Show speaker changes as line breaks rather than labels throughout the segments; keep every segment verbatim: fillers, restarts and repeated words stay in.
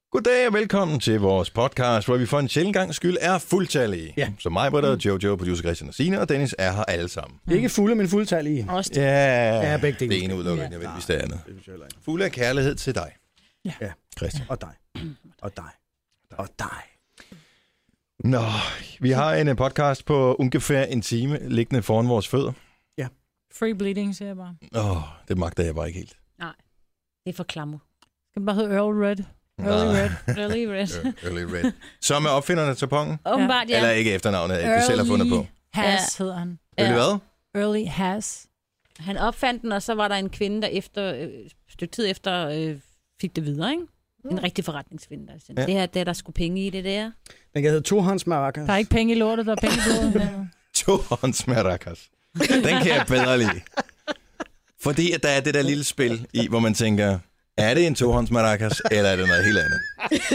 Goddag og velkommen til vores podcast, hvor vi for en sjældent gang skyld er fuldtallige. Ja. Så mig, Britta, Jojo, producer Christian og Signe og Dennis er her alle sammen.
Mm. Ikke fulde, men fuldtallige.
Ja,
ja begge
det ene udelukker, jeg ved, hvis det er andet. Fuld af kærlighed til dig.
Ja,
Christian.
Og dig. Og dig. Og dig.
Nå, vi har en podcast på ungefær en time liggende foran vores fødder.
Ja.
Free bleeding, siger jeg bare.
Åh, oh, det magter jeg bare ikke helt.
Nej, det er for klammer.
Skal den bare hedde Earl Red? Early Red.
Early Red.
Early Red. Som er opfinderne til pongen?
Åbenbart, ja.
Eller ikke efternavnet, de selv har fundet på.
Has hedder han.
Early hvad?
Early Has.
Han opfandt den, og så var der en kvinde, der efter øh, stykke tid efter øh, fik det videre, ikke? En rigtig forretningskvinde. Der. Ja. Det her, det er der skulle penge i det der.
Den kan hedde Tohånds Maracas.
Der er ikke penge i lortet, der er penge i blodet.
Tohånds Maracas. Den kan jeg bedre lide. Fordi at der er det der lille spil i, hvor man tænker, er det en tohånds maracas, eller er det noget helt andet?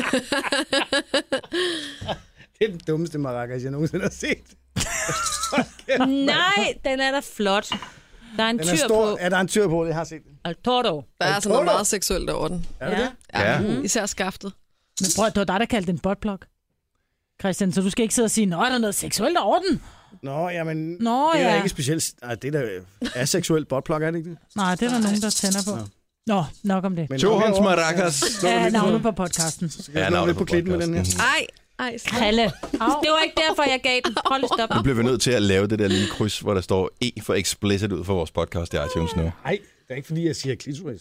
Det er den dummeste maracas, jeg nogensinde har set.
Nej, den er da flot. Der er en
den
tyr
er stor.
på.
Er der en tyr på? Det har jeg set.
Altordo.
Der er altså noget meget seksuelt over den.
Er det
ja.
det?
Ja.
Ja.
Mm. Især skaftet.
Men prøv, det var dig, der kaldte den buttplug. Christian, så du skal ikke sidde og sige, nå, er der noget seksuelt over den?
Nå, jamen,
Nå,
det er
ja.
ikke specielt. Nej, det er da aseksuelt buttplug, er det ikke det?
Nej, det er der nogen, der tænder på. Nå, nå nok om det.
Tohånds maracas.
Ja, navnet på podcasten.
Ja,
navnet på klitten med den her.
Ej, ej, slap.
Kalle. Det var ikke derfor, jeg gav den. Hold stop.
Nu bliver vi nødt til at lave det der lille kryds, hvor der står E for explicit ud for vores podcast i iTunes nu.
Nej, det er ikke fordi, jeg siger klitoris.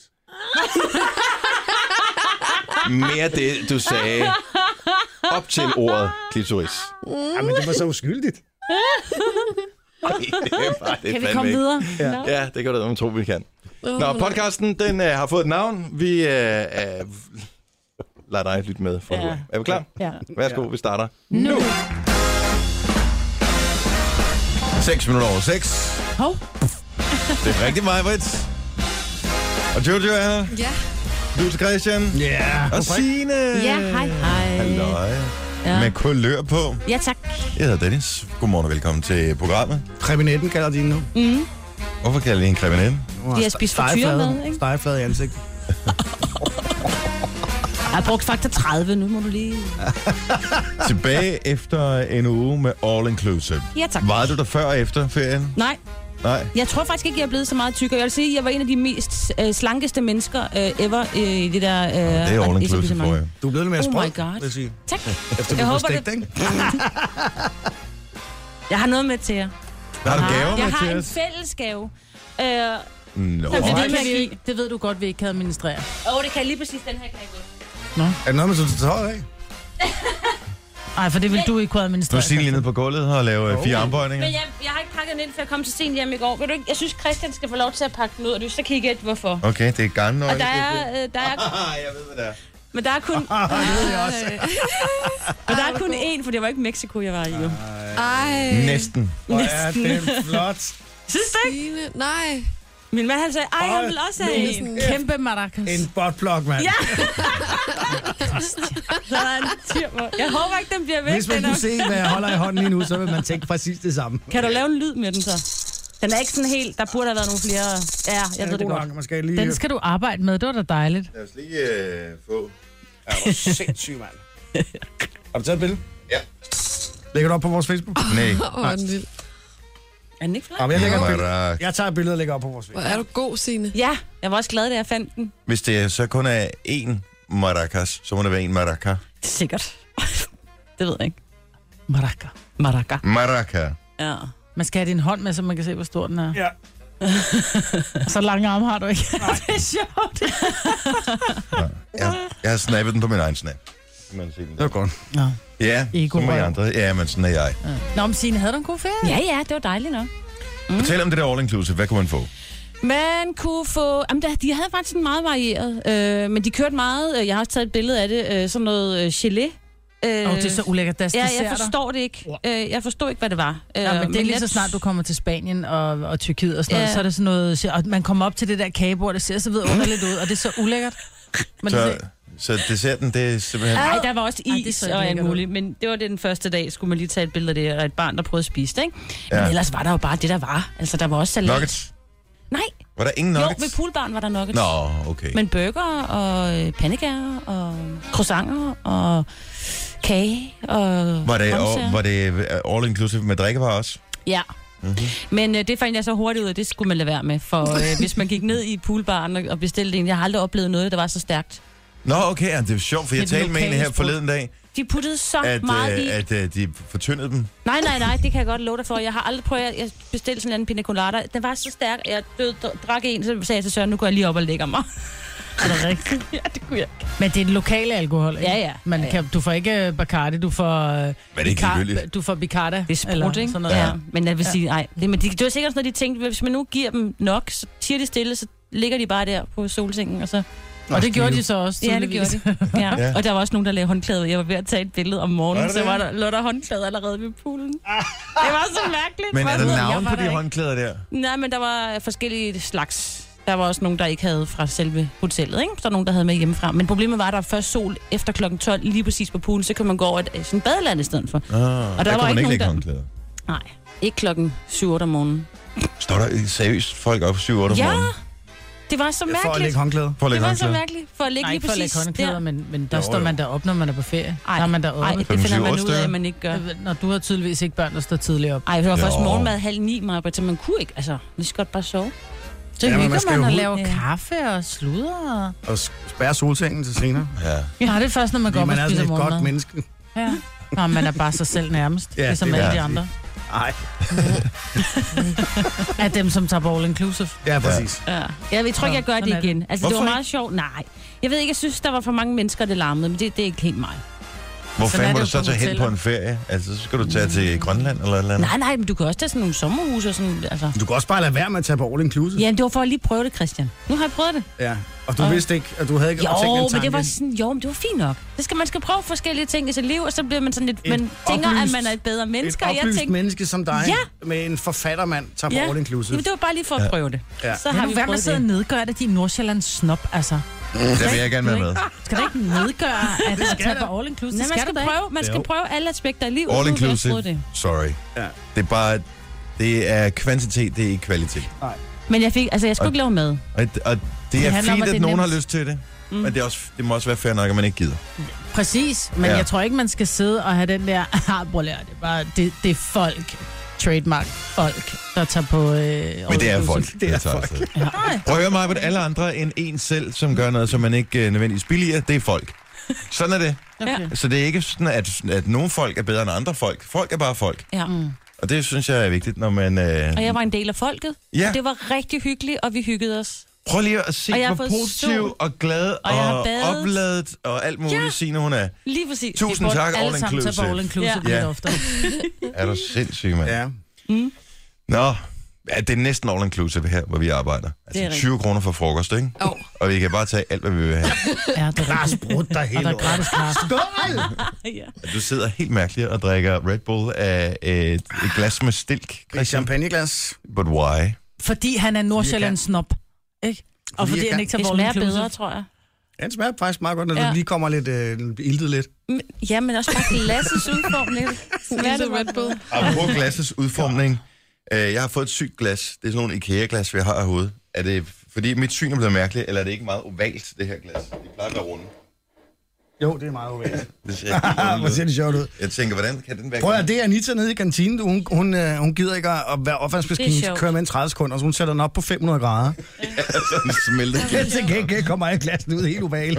Mere det, du sagde op til ordet klitoris.
Mm. Jamen, det var så uskyldigt.
Ej, det er bare, det er
Kan vi
fandme
komme
ikke.
videre?
Ja.
Ja, det kan du tro, vi kan. Nå, podcasten, den uh, har fået et navn. Vi uh, uh, lader dig lytte med for ja. Er vi klar?
Ja.
Værsgo,
Ja.
vi starter
Nu.
seks minutter over seks.
Hov.
Det er rigtig meget, Britt. Og Jojo er her.
Ja.
Du til Christian.
Ja. Yeah.
Og Signe.
Ja, hej, hej.
Halløj.
Ja.
Med kulør på.
Ja, tak.
Jeg hedder Dennis. Godmorgen og velkommen til programmet.
Krebinetten kalder de nu.
Mm.
Hvorfor kalder I en krebinet?
De har spist frityre med, ikke?
Stegeflade i ansigtet.
Jeg har brugt faktor tredive, nu må du lige...
Tilbage efter en uge med all inclusive.
Ja, tak.
Var du der før og efter ferien?
Nej,
Nej.
jeg tror faktisk ikke, jeg er blevet så meget tykkere. Jeg vil sige, at jeg var en af de mest øh, slankeste mennesker øh, ever øh, i det der... Øh,
Det er all inclusive for jer.
Du er blevet lidt mere
Oh
sprød,
my God.
vil jeg sige.
Tak.
Efter
Jeg
du
håber
stegt,
det.
ikke?
Jeg har noget med til jer.
Har du gaver
Jeg
med
har
til
en
os?
fælles gave. Øh,
Nå.
Så
Det,
det
det,
kan
kan
jeg
vi, det ved du godt, vi ikke kan administrere.
Åh, oh, det kan lige præcis den her kan jeg godt.
Er det noget med, så du tager af?
Nej, for det vil du ikke kunne
Nu
administrere.
er Signe lige nede på gulvet og lave oh. fire armbøjninger.
Men jeg, jeg har ikke pakket den ind, for jeg kom til sent hjem i går. Ved du ikke, jeg synes, Christian skal få lov til at pakke den ud, og du så kan I gætte, hvorfor.
Okay, det er garnnøgle.
Og der er, øh, der er,
jeg ved, hvad det er.
men der er kun,
Det ved jeg også.
men der er kun én, for det var ikke Mexico, jeg var i. Jo.
Ej.
Næsten.
Hvor er det flot.
Synes du ikke?
Signe. Nej.
Min mand, han sagde, ej, han vil også have en.
En kæmpe maracas.
En buttplug, mand.
Ja. Så er der en tyr på. Jeg håber ikke, den bliver væk.
Hvis man
den er-
kunne se, hvad jeg holder i hånden lige nu, så vil man tænke præcis det samme.
Kan du lave en lyd med den så? Den er ikke sådan helt, der burde have været nogle flere. Ja, jeg ved det godt.
Man skal lige...
Den skal du arbejde med, det var da dejligt.
Lad os lige øh, få...
Ja, hvor sindssygt, mand. Har du taget et billede?
Ja.
Lægger du op på vores Facebook?
Nej.
Hvor er den lille.
Er den ikke flot?
Ja, men jeg, lægger et billede.
Marak.
Jeg tager et billede og lægger op på vores
Hvor
Facebook.
er du god, Signe.
Ja, jeg var også glad, da jeg fandt den.
Hvis det så kun er én maracas, så må det være en maraca.
Sikkert. Det ved jeg ikke.
Maraca.
Maraca.
Maraca.
Ja.
Man skal have din hånd med, så man kan se, hvor stor den er.
Ja.
Så lange arme har du ikke. Det er sjovt.
Jeg, jeg har snappet den på min egen snap. Man se den
Det
der.
var godt.
Nå.
Ja,
Ego
som I
røv.
andre. Ja, men sådan er jeg.
Nå, men Signe, havde du en god ferie?
Ja, ja, det var dejligt nok.
Mm. Fortæl om det der all inclusive. Hvad kunne man få?
Man kunne få... Jamen, der- de havde faktisk en meget varieret, øh, men de kørte meget... Øh, jeg har også taget et billede af det. Øh, sådan noget øh, gelé. Øh,
Åh, det er så ulækkert. Das,
Ja, jeg
desserter.
forstår det ikke. Øh, jeg forstår ikke, hvad det var. Øh,
Ja, men det er lige
jeg-
så snart, du kommer til Spanien og, og Tyrkiet og sådan noget,
Ja.
så er det sådan noget, og man kommer op til det der kagebord, det ser så vidunderligt ud, og det er så ulækkert. Men
Så,
det,
så desserten, det er simpelthen...
Nej, der var også
Ej, det
is
så
og alt
lækkert ud.
muligt, men det var det den første dag, skulle man lige tage et billede af det, og et barn, der prøvede at spise det, ikke? Men
Ja.
ellers var der jo bare det, der var. Altså, der var også salat.
Nuggets?
Nej,
Var der ingen
jo,
nuggets?
ved poolbaren var der nuggets.
Nå, okay.
Men burger og øh, pandekager og croissant. croissanter og kage og
Var det,
grøntsager.
og, var det all inclusive med drikkevarer også?
Ja.
Mm-hmm.
Men øh, det fandt jeg så hurtigt ud af, det skulle man lade være med. For øh, hvis man gik ned i poolbaren og, og bestilte en, jeg har aldrig oplevet noget, der var så stærkt.
Nå, okay, ja, det er sjovt, for jeg
Det er
talte med en
lokale
her
sprut.
forleden dag,
De puttede så
at,
meget i.
øh, at øh, de fortyndede dem.
Nej, nej, nej, det kan jeg godt love dig for. Jeg har aldrig prøvet, jeg bestilte sådan en anden pina colada. Den var så stærk, at jeg død, drak en, så sagde jeg til Søren, nu går jeg lige op og lægger mig.
Er det rigtigt?
Ja, det kunne jeg.
Men det er den lokale alkohol, ikke?
Ja, ja.
Men
Ja, ja.
kan, du får ikke Bacardi, du får... Øh,
Men det er ikke ligegyldigt.
du får Bicarda.
Det er sprut,
eller
ikke?
sådan noget.
Ja. Men jeg vil sige, nej. Det, men de, det var sikkert sådan, at de tænkte, hvis man nu giver dem nok, så tiger de stille, så ligger de bare der på solsengen, og så...
Og det gjorde de så også,
Ja, det gjorde
tydeligvis.
de. Ja.
Ja.
Og der var også nogen, der lavede håndklæder. Jeg var ved at tage et billede om
Var
morgenen,
det
så
det?
var der, lå der håndklæder allerede ved poolen. Det var så mærkeligt.
Men er der
Jeg
navn
var
på
der
de
ikke.
håndklæder der?
Nej, men der var forskellige slags. Der var også nogen, der ikke havde fra selve hotellet, ikke? Så der var nogen, der havde med hjemmefra. Men problemet var, at der var først sol efter klokken tolv, lige præcis på poolen, så kan man gå over et øh, sådan badeland i stedet for.
Ah,
der
der
var
kunne man
ikke
ikke
nogen,
lægge
der-
håndklæder.
Nej, ikke klokken syv otte om morgenen.
Står der seriøst folk op syv otte om
Ja,
morgenen?
det var så
For at lægge
mærkeligt.
håndklæder.
For at
Det
lægge
var så
håndklæder?
mærkeligt. For at ligge
Nej,
lige
ikke for at lægge
præcis
håndklæder,
der.
men, men der
Jo,
står
jo.
man der op, når man er på ferie.
Ej,
der er man der
Ej,
oppe.
det
Fem,
finder
syv,
man
otte
ud af,
stykker.
at man ikke gør.
Når du har tydeligvis ikke børn, der står tidligt op.
Ej, det var først
Jo.
morgenmad halv ni, Maja, så man kunne ikke. Altså, vi skal godt bare sove.
Så
Ja, men man
hygger
skal
man
jo
og
ud.
laver
Ja.
kaffe og sludder.
Og spærre solsengen til senere.
Ja.
Nej, det er først, når man går
Fordi
op og
man er
spiser
sådan et godt
morgenmad.
menneske.
Ja. Nå, man er bare sig selv nærmest,
Ja,
ligesom
det
alle
er
de
det.
andre.
Nej.
Af dem, som tager på all inclusive.
Ja, præcis.
Ja. Jeg, jeg tror ikke, jeg gør
Sådan
det
er det.
igen. Altså, det
Hvorfor
var meget sjovt. Nej. Jeg ved ikke, jeg synes, der var for mange mennesker, det larmede, men det, det er ikke helt mig.
Hvor
Sådan er
fanden må
det
du
jo
så
på
tage hen på
hoteller.
en ferie? Altså, så skal du tage til Grønland eller et eller andet?
Nej, nej, men du kan også tage sådan nogle sommerhuse og sådan, altså.
Du kan også bare lade være med at tage på all inclusive.
Ja, det var for at lige prøve det, Christian. Nu har jeg prøvet det.
Ja. Og du
Og-
vidste ikke, at du havde ikke tænkt en
Jo,
tanke.
men det var sådan, jo, men det var fint nok. Det skal, man skal prøve forskellige ting i sit liv, og så bliver man sådan lidt,
Et
man tænker,
oplyst-
at man er et bedre menneske.
Et
og jeg
oplyst
tænkte,
menneske som dig,
Ja.
med en forfattermand, tager på
ja,
all inclusive.
men det var bare lige for at prøve det.
Ja.
Så
Har
har
du
vi
været med at
prøvet
sidde og
det.
nedgøre det, din Nordsjællands snop, altså?
Der vil jeg gerne være med.
Skal du ikke nedgøre, at at tage på all inclusive?
Nej, man skal,
du da ikke?
prøve, man skal
Jo.
prøve alle aspekter af livet.
All
Nu har jeg
inclusive.
prøvet det.
Sorry.
Ja.
Det er bare... Det er kvantitet, det er ikke kvalitet.
Men jeg fik, altså jeg skulle
Og-
ikke lave mad.
Og, og det er
handler om,
fint,
at
at
det er
nogen har
nemt.
lyst til det.
Mm.
Men det, er også, det må også være fair nok, at man ikke gider.
Præcis, men
Ja.
jeg tror ikke, man skal sidde og have den der, ah, bror, det er bare, det, det er folk, trademark folk, der tager på... Øh,
Men det er
all
folk.
inclusive.
Det er folk.
Ja.
Prøv at høre mig, at alle andre end en selv, som gør noget, som man ikke øh, nødvendigvis billiger, det er folk. Sådan er det.
Okay.
Så det er ikke sådan, at, at nogle folk er bedre end andre folk. Folk er bare folk.
Ja.
Mm.
Og det synes jeg er vigtigt, når man... Øh...
Og jeg var en del af folket.
Ja.
Og det var rigtig hyggeligt, og vi hyggede os.
Prøv lige at se,
Og jeg har
hvor
fået
positiv
sol.
og glad
Og jeg har
og
badet.
opladet og alt muligt,
Ja.
Signe hun er.
Lige præcis.
Tusind
Vi burde
tak, all
alle sammen tage på all
inclusive.
inclusive
Ja.
lidt
Ja.
oftere.
Er du sindssyg, mand?
Ja.
Nå, ja, det er næsten all inclusive her, hvor vi arbejder.
Det er
Altså tyve kroner for frokost, ikke?
Jo.
Og vi kan bare tage alt, hvad vi vil have.
Ja, det er
Græs
rigtigt.
brudt dig
Og
helt
der er gratis kaffe.
Skål!
Ja.
Du sidder helt mærkeligt og drikker Red Bull af et, et glas med stilk,
Et
Christian.
champagneglas.
But why?
Fordi han er Nordsjællands snop, ikke? Og
Fordi
fordi
jeg
han
kan.
ikke
Det
tager all
smager
inclusive.
bedre, tror jeg.
Ja, det smager faktisk meget godt, når
Ja.
du lige kommer lidt øh, iltet lidt.
Men- Ja, men også bare glassets udformning. Smager det
Ligesom Red
godt
Bull.
bedre.
Apropos glassets udformning. Øh, Jeg har fået et sygt glas. Det er sådan nogle IKEA-glas, vi har i hovedet. Er det fordi mit syn er blevet mærkeligt, eller er det ikke meget ovalt, det her glas? De plejer at være runde.
Jo, det er meget ovalt.
Det ser helt
Hvor
underligt
ser
ud.
det sjovt ud.
Jeg tænker, hvordan kan den være?
Prøv at det er Anita nede i kantinen. Du. Hun, hun, øh, hun gider ikke at være
Det er
opvaskemaskine,
sjovt.
kører med en tredive sekunder, så hun sætter den op på fem hundrede grader.
Sådan smeltet glas.
Så kan ikke komme af glasen ud helt oval.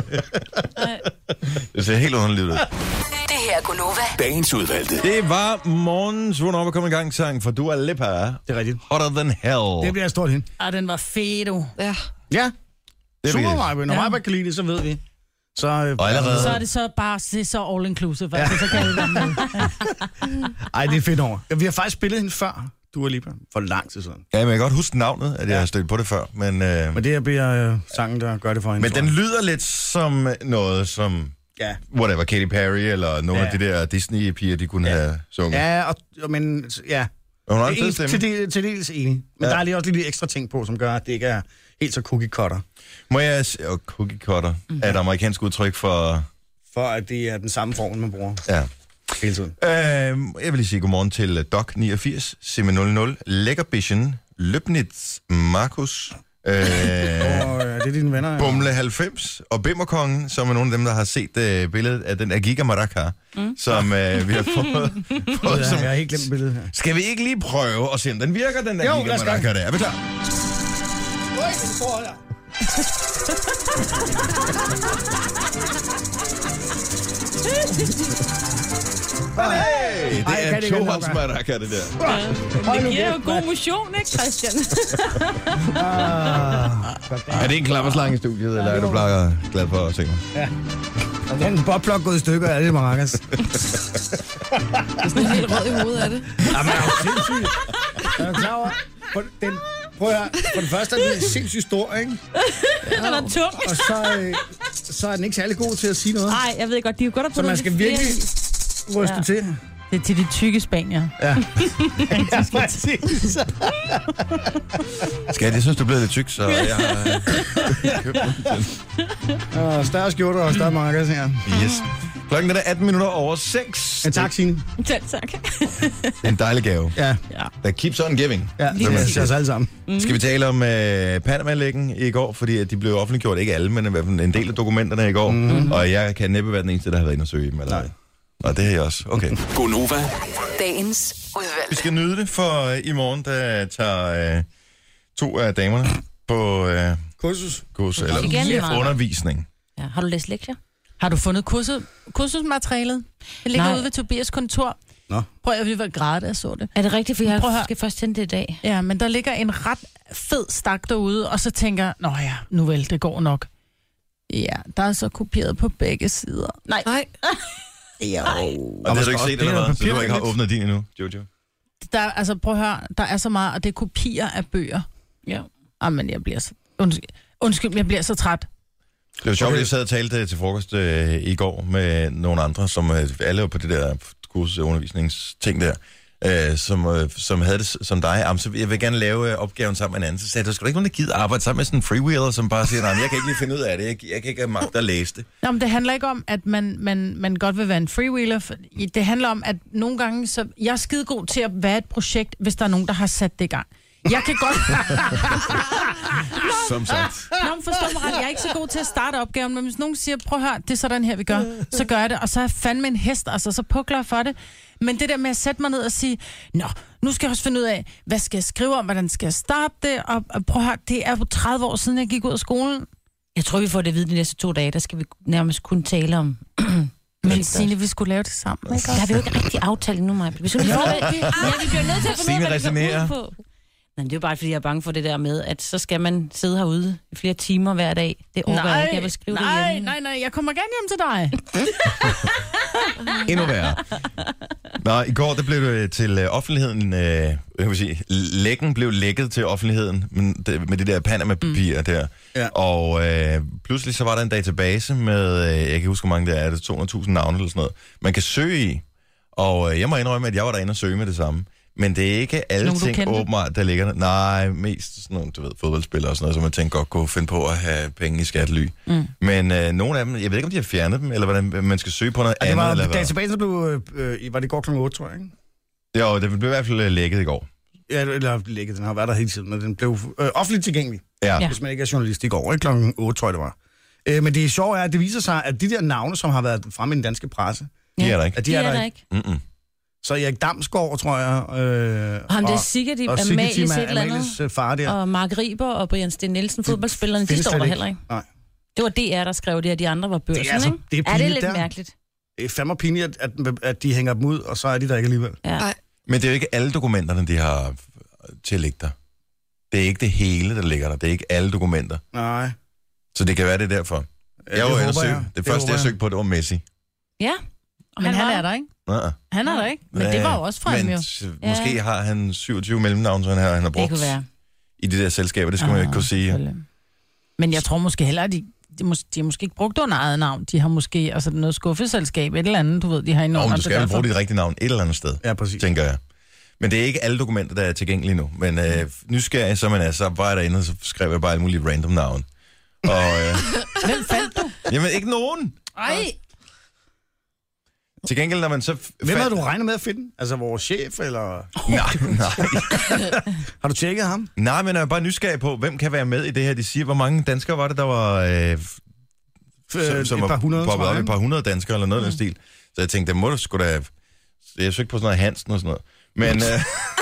Det ser helt underligt ud.
Det her er Gunova.
Dagens udvalgte.
Det var morgens vågn op og kom i gang sang for Dua Lipa.
Det er rigtigt.
Hotter than hell.
Det bliver et stort hende.
Ah, den var fed, du.
Ja.
Ja,
Det
super
bliver-
Majbe. Når
Ja.
Majbe kan lide det, så ved vi. Så, øh,
Og allerede-
Så er det så bare det er så all inclusive, altså, så kan alle være med.
Ej, det er fedt over. Ja, vi har faktisk spillet hende før, Dua Lipa, for lang tid siden.
Ja, men jeg kan godt huske navnet, at jeg
Ja.
har stødt på det før. Men, øh,
Men det her bliver øh, sangen, der gør det for hende.
men
tror
den
jeg.
lyder lidt som noget, som
Ja.
whatever, Katy Perry eller nogle
Ja.
af de der Disney-piger, de kunne
Ja.
have sunget.
Ja, og, og, men ja.
Og hun har en
Det
fed
er
stemme.
til, del, til dels enig. Men
Ja.
ja. der er lige også lidt ekstra ting på, som gør, at det ikke er helt så cookie cutter.
Må jeg... s- Og cookie cutter mm. er et amerikansk udtryk for...
For at det er den samme form, man bruger
Ja.
hele tiden.
Øh, jeg vil lige sige godmorgen til Doc niogfirs, Simi nul nul, Lækkerbischen, Løbnitz, Markus, øh,
Og øh, det er dine venner. Ja.
Bumle halvfems og Bimmerkongen, som er nogle af dem, der har set øh, billedet af den der Giga Maraca, mm. som øh, vi har fået. fået
ja,
som...
Jeg har helt glemt billedet her.
Skal vi ikke lige prøve at se, om den virker, den der
jo,
Giga Maraca der? Er vi klar?
Øj, den står her.
Hey, det
Ej,
er
det
Johans Maraca, det der.
Ja, det giver jo god motion, ikke, Christian?
Er det en klapperslange i studiet, eller er du bare glad for at se mig?
Ja. Og den bobblok gået i stykker af det, Maracas.
Det er sådan helt rød i hovedet af det.
Jamen, jeg er jo sindssygt. Jeg er klar over, for den, prøv at høre, for det første er den sindssygt stor, ikke?
Den er tung.
Og så, øh, så er den ikke særlig god til at sige noget.
Nej, jeg ved godt, de er jo godt at
Så man skal virkelig ryste
Ja.
til.
Det er til de tykke spanier.
Ja. Ja, præcis.
Skat, jeg synes, du er blevet lidt tyk, så jeg har øh, købt den.
Og større skjorter og større Maracas her.
Yes. Klokken er der atten minutter over seks.
Ja, tak, Signe.
Ja, tak.
En dejlig gave.
Ja,
That keeps on giving.
ja det er os alle sammen.
Mm. Skal vi tale om øh, Panama-lækken i går, fordi at de blev offentliggjort, ikke alle, men i hvert fald en del af dokumenterne i går. Mm. Og jeg kan næppe være den eneste, der har været inde og søge dem. Eller nej. Og det er jeg også. Okay.
Gonova. Dagens udvalg.
Vi skal nyde det, for øh, i morgen, der tager øh, to af damerne på øh,
Kursus.
kurs, eller
Igen, meget.
undervisning.
Ja, har du læst lektier?
Har du fundet kurset, kursusmaterialet? Det ligger
Nej.
ude ved Tobias kontor.
Nå.
Prøv at vi var græde, da jeg så det.
Er det rigtigt? For jeg
Prøv at høre.
skal først tænde det i dag.
Ja, men der ligger en ret fed stak derude, og så tænker jeg, nå ja, nu vel, det går nok. Ja, der er så kopieret på begge sider.
Nej.
Nej.
Jo.
Og det har du ikke set,
det er
eller hvad? Så du
papir-
ikke har åbnet din endnu, Jojo?
Der, altså, prøv at høre, der er så meget, og det er kopier af bøger.
Ja.
Jamen, jeg bliver så... Undskyld, undskyld jeg bliver så træt.
Det var sjovt, at jeg sad og talte til frokost øh, i går med nogle andre, som øh, alle var på det der kursundervisningsting der, øh, som, øh, som havde det som dig. Jamen, så jeg vil gerne lave øh, opgaven sammen med en anden. Så sagde jeg, der skulle ikke nogen, der gider arbejde sammen med sådan en freewheeler, som bare siger, nej, jeg kan ikke lige finde ud af det. Jeg, jeg kan ikke have magt at læse det.
Nå, men det handler ikke om, at man, man, man godt vil være en freewheeler. For det handler om, at nogle gange, så jeg er skide god til at være et projekt, hvis der er nogen, der har sat det i gang. Jeg kan godt...
Som sagt.
Nå, men forstå mig ret, jeg er ikke så god til at starte opgaven, men hvis nogen siger, prøv at høre, det er sådan her, vi gør, så gør jeg det, og så er jeg fandme en hest, altså, så pukler jeg for det. Men det der med at sætte mig ned og sige, nå, nu skal jeg også finde ud af, hvad skal jeg skrive om, hvordan skal jeg starte det, og, og prøv at høre, det er jo tredive år siden, jeg gik ud af skolen.
Jeg tror, vi får det at vide de næste to dage. Der skal vi nærmest kun tale om...
Men Signe, vi skulle lave det sammen, ikke?
Der har vi jo ikke rigtig aftalt nu, Maja. Vi skulle lige få det. Ja, vi bliver nødt til at finde ud af, hvad det går ud på. Nej, det er jo bare, fordi jeg er bange for det der med, at så skal man sidde herude i flere timer hver dag. Det overgår jeg ikke. Jeg vil skrive
nej,
det hjemme.
nej, nej, jeg kommer gerne hjem til dig.
Endnu værre. Nå, i går der blev det til øh, offentligheden, øh, jeg vil sige, lækken blev lækket til offentligheden med det, med det der Panama-papir mm. der.
Ja.
Og øh, pludselig så var der en database med, øh, jeg kan ikke huske, hvor mange der er, det to hundrede tusind navne eller sådan noget, man kan søge i. Og øh, jeg må indrømme, at jeg var derinde og søge med det samme. Men det er ikke alle
nogen,
ting åbenbart, der ligger der. Nej, mest sådan nogle, du ved, fodboldspillere og sådan noget, som man tænker godt kunne finde på at have penge i skattely. Mm. Men øh, nogle af dem, jeg ved ikke, om de har fjernet dem, eller hvordan man skal søge på noget
Ja, det var,
andet. Eller
databasen blev, øh, var det i går klokken otte, tror jeg, ikke?
Jo, det blev i hvert fald øh, lækket i går.
Ja, eller lækket, den har været der hele tiden, men den blev øh, offentligt tilgængelig,
Ja.
ja. hvis man ikke er journalist i går, ikke? Klokken otte, tror jeg, det var. Øh, men det sjove er, at det viser sig, at de der navne, som har været fremme i den danske presse,
De er der ikke.
at de,
De
er,
er
der
der
ikke.
ikke.
Mm-mm.
Så Erik Damsgaard, tror jeg, øh,
Og ham, det er sikkert i
og
Amalies
Sigge
et
Tim,
eller andet.
Amalies øh, far der.
Og Mark Riber og Brian Sten Nielsen, fodboldspillerne, de
findes
står
slet
der
ikke.
heller ikke.
Nej.
Det var D R, der skrev det, og de andre var børsen,
Det er altså-
ikke?
det er
er det
pinligt
lidt
der.
mærkeligt?
Det er fandme pinligt, at, at, at de hænger dem ud, og så er de der ikke alligevel.
Ja.
Nej.
Men det er jo ikke alle dokumenterne, de har til at ligge der. Det er ikke det hele, der ligger der. Det er ikke alle dokumenter.
Nej.
Så det kan være det er derfor.
Ja,
Jeg var
det
inde og
håber
søge.
jeg.
Det,
Det
første,
håber
jeg
jeg.
søgte på, det var Messi.
Ja. Og
Men han
var
er der, ikke?
Nej.
Han er der, ikke? Men det var jo også frem,
Men
jo.
s- måske har han syvogtyve mellemnavn, som han har, han har
Det
brugt
kunne være.
i de der selskaber. Det skal man jo ikke kunne sige.
selvfølgelig. Men jeg tror måske heller, at de, de, mås- de har måske ikke brugt under eget navn. De har måske altså noget skuffeselskab, et eller andet, du ved, de har enormt.
Nå, men du skal vel bruge dit rigtige navn et eller andet sted,
Ja, præcis.
tænker jeg. Men det er ikke alle dokumenter, der er tilgængelige nu. Men øh, nysgerrig som man er, så var jeg derinde, og så skrev jeg bare alle mulige random navn. Og, øh,
Hvem fandt du?
jamen, ikke nogen.
Ej!
Til gengæld, når man så...
Hvem havde du regnet med at finde? Altså vores chef, eller...
Nej, nej.
Har du tjekket ham?
Nej, men jeg er bare nysgerrig på, hvem kan være med i det her. De siger, hvor mange danskere var det, der var... Øh, som, som
et par hundrede,
poppet
tror jeg,
op, et par hundrede danskere, eller noget af mm. den stil. Så jeg tænkte, det må du sgu da... Jeg søgte på sådan noget Hansen og sådan noget. Men... Øh,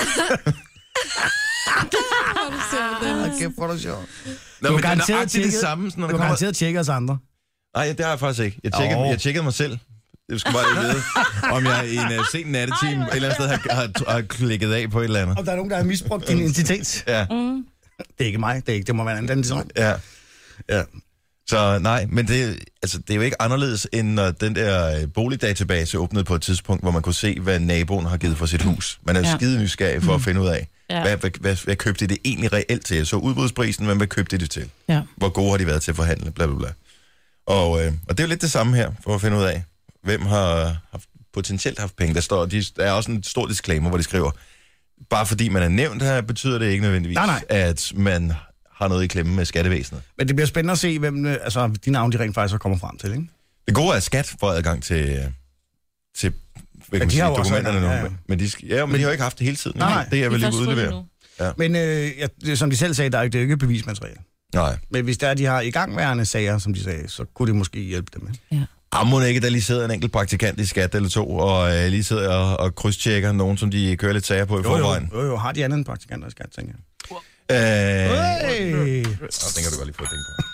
Okay, for dig sjovt.
Nå,
Du
men
har
det er
garanteret
nøjagtigt det
tjekket-
samme, sådan, når
Du
der
har
kommer...
garanteret tjekket os andre.
Nej, det har jeg faktisk ikke. Jeg tjekkede,
Jo.
jeg tjekkede mig selv. Jeg skal bare lige vide, om jeg i en uh, sen nattetime et eller andet sted har, har, har klikket af på et eller andet.
Og der er nogen, der har misbrugt din identitet.
Ja,
Det er ikke mig. Det er ikke. Det må være en anden person.
ja.
Ja.
Så nej, men det, altså, det er jo ikke anderledes, end når den der øh, boligdatabase åbnede på et tidspunkt, hvor man kunne se, hvad naboen har givet for sit hus. Man er jo
Ja.
skide nysgerrig for at finde ud af,
Ja.
hvad, hvad, hvad, hvad købte det egentlig reelt til? Så udbudsprisen, men hvad købte det til?
Ja.
Hvor gode har de været til at forhandle, bla bla bla. Og, øh, og det er jo lidt det samme her, for at finde ud af, hvem har haft, potentielt haft penge. Der, står, de, der er også en stor disclaimer, hvor de skriver, bare fordi man er nævnt her, betyder det ikke nødvendigvis,
Nej, nej.
at man har noget i klemme med skattevæsenet.
Men det bliver spændende at se, hvem øh, altså, de navne, de rent faktisk kommer frem til, ikke?
Det gode er, at skat får adgang til, til hvad kan man
de
sige,
har jo også
dokumenterne nu.
adgang, ja, ja.
Men de, skal- ja, men de har jo ikke haft det hele tiden.
Nej, nej.
Det er jeg vel
De er
lige
først
udlevere.
fundet
Men øh, ja, det, som de selv sagde, der er, det er jo ikke bevismateriale.
Nej.
Men hvis der er, de har igangværende sager, som de sagde, så kunne det måske hjælpe dem med.
Ah, må det ikke, der lige sidder en enkelt praktikant i skat eller to, og øh, lige sidder og, og krydstjekker nogen, som de kører lidt sager på i
Jo, jo,
forvejen.
jo, jo, har de andet end praktikanter i skat, tænker jeg.
Øh,
Hey.
oh, den kan du godt lige få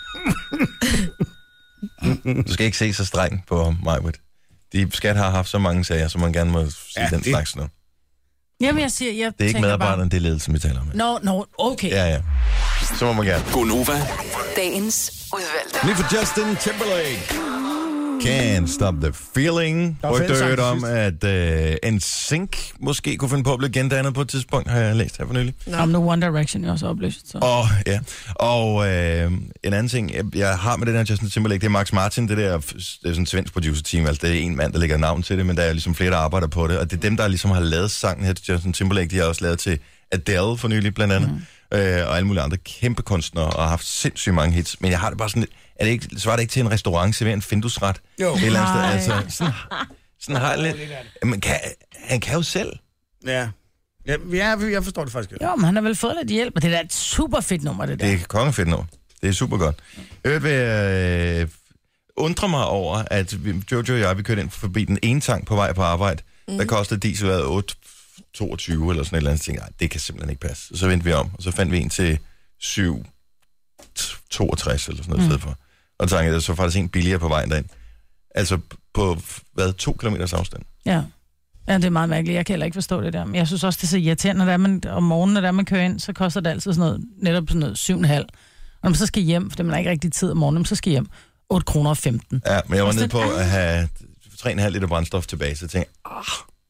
den på. Du skal ikke se så streng på mig, Britt. De skat har haft så mange sager, så man gerne må sige
Ja,
ja, den
det-
slags nu.
Jamen, jeg siger, jeg
Det er ikke
tænker
medarbejderne, det er ledelsen, vi taler om.
Bare... Nå, nå, okay.
Ja, ja. Så må man gerne.
Gonova. Dagens udvalgte.
Lige for Justin Timberlake. Can't stop the feeling.
Der var
Rygter
fællessang
hørt om,
til
at uh, N Sync måske kunne finde på at blive gendannet på et tidspunkt, har jeg læst her for nylig.
Om nu One Direction er også opløst. Så.
Og, ja. Og øh, en anden ting, jeg, jeg har med den her Justin Timberlake, det er Max Martin, det der, det er sådan et svensk producer-team, altså det er en mand, der lægger navn til det, men der er ligesom flere, der arbejder på det, og det er dem, der ligesom har lavet sangen her til Justin Timberlake, de har også lavet til Adele for nylig, blandt andet, mm. øh, og alle mulige andre kæmpe kunstnere, og har haft sindssygt mange hits, men jeg har det bare sådan lidt, er det ikke, svarer det ikke til en restaurant, serverer en findusret?
Jo.
Et eller andet sted,
Nej.
altså, sådan, sådan har jeg lidt, men kan, han kan jo selv.
Ja. Ja, ja, jeg forstår det faktisk.
Jo, men han har vel fået lidt hjælp, og det er da et super fedt nummer, det der.
Det er kongefedt nu. Det er super godt. Jeg vil øh, undre mig over, at vi, Jojo og jeg, vi kørte ind forbi den ene tank på vej på arbejde. Mm. Der kostede diesel otte toogtyve eller sådan et eller andet ting. Nej, det kan simpelthen ikke passe. Så vendte vi om, og så fandt vi en til syv toogtres eller sådan noget mm. for. Og tankede, det så faktisk en billigere på vejen derind. Altså på, hvad, to kilometers afstand.
Ja. Ja, det er meget mærkeligt. Jeg kan heller ikke forstå det der. Men jeg synes også, det er så irriterende, når man om morgenen, når der man kører ind, så koster det altid sådan noget, netop sådan noget syv komma fem. Og når man så skal hjem, for man har ikke rigtig tid om morgenen, så skal hjem otte kroner og femten.
Ja, men jeg var
Og
nede
sådan,
på at have tre komma fem liter brændstof tilbage, så jeg tænkte, ah,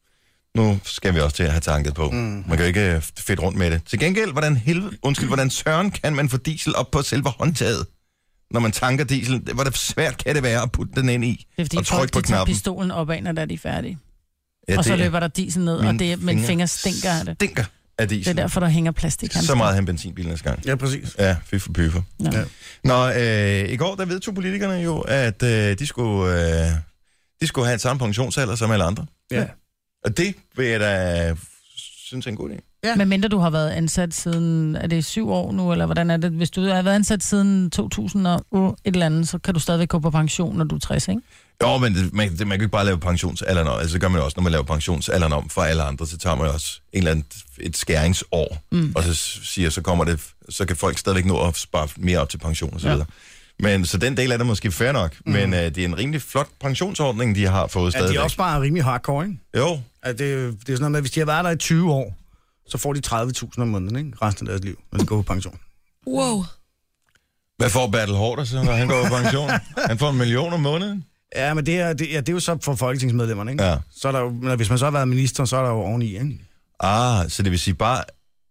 nu skal vi også til at have tanket på. Mm. Man kan jo ikke øh, fedt rundt med det. Til gengæld, hvordan helvede, undskyld, hvordan søren kan man få diesel op på selve håndtaget, når man tanker diesel? Hvor det svært kan det være at putte den ind i
Det er fordi
og
folk,
trykke på
de tager
knappen?
pistolen opad, når der er de færdige.
Ja,
Og så
det er-
løber der diesel ned, og det, min fingre stinker af det.
Stinker af
Det er
diesel.
derfor, der hænger plastik.
Så meget hen benzinbil næste gang.
Ja, præcis.
Ja, fy for pyfer.
Ja.
Ja.
Nå, øh, i går der vedtog politikerne jo, at øh, de, skulle, øh, de skulle have et samme pensionsalder som alle andre.
Ja.
Og det vil jeg da synes er en god idé.
Ja.
Men mindre du har været ansat siden, er det syv år nu, eller hvordan er det? Hvis du har været ansat siden to tusind og et eller andet, så kan du stadigvæk gå på pension, når du er tres, ikke?
Jo, men det, man, det, man kan ikke bare lave pensionsalderen om. Altså, det gør man jo også, når man laver pensionsalderen om for alle andre. Så tager man jo også en eller anden, et skæringsår. Mm. Og så siger, så kommer det, så kan folk stadigvæk nå at spare mere op til pension og så videre. Ja. Men så den del er det måske fair nok. Mm. Men uh, det er en rimelig flot pensionsordning, de har fået
Ja,
stadigvæk.
de er også bare rimelig hardcore, ikke?
Jo.
At det, det er sådan noget med, at hvis de har været der i tyve år, så får de tredive tusind om måneden, ikke? Resten af deres liv, når de går på pension.
Wow.
Hvad får Bertel Haarder så, når han går på pension? Han får en million om måneden.
Ja, men det er, det, ja, det er jo så for folketingsmedlemmerne, ikke?
Ja.
Så er der jo, men hvis man så har været minister, så er der jo oveni, ikke?
Ah, så det vil sige bare...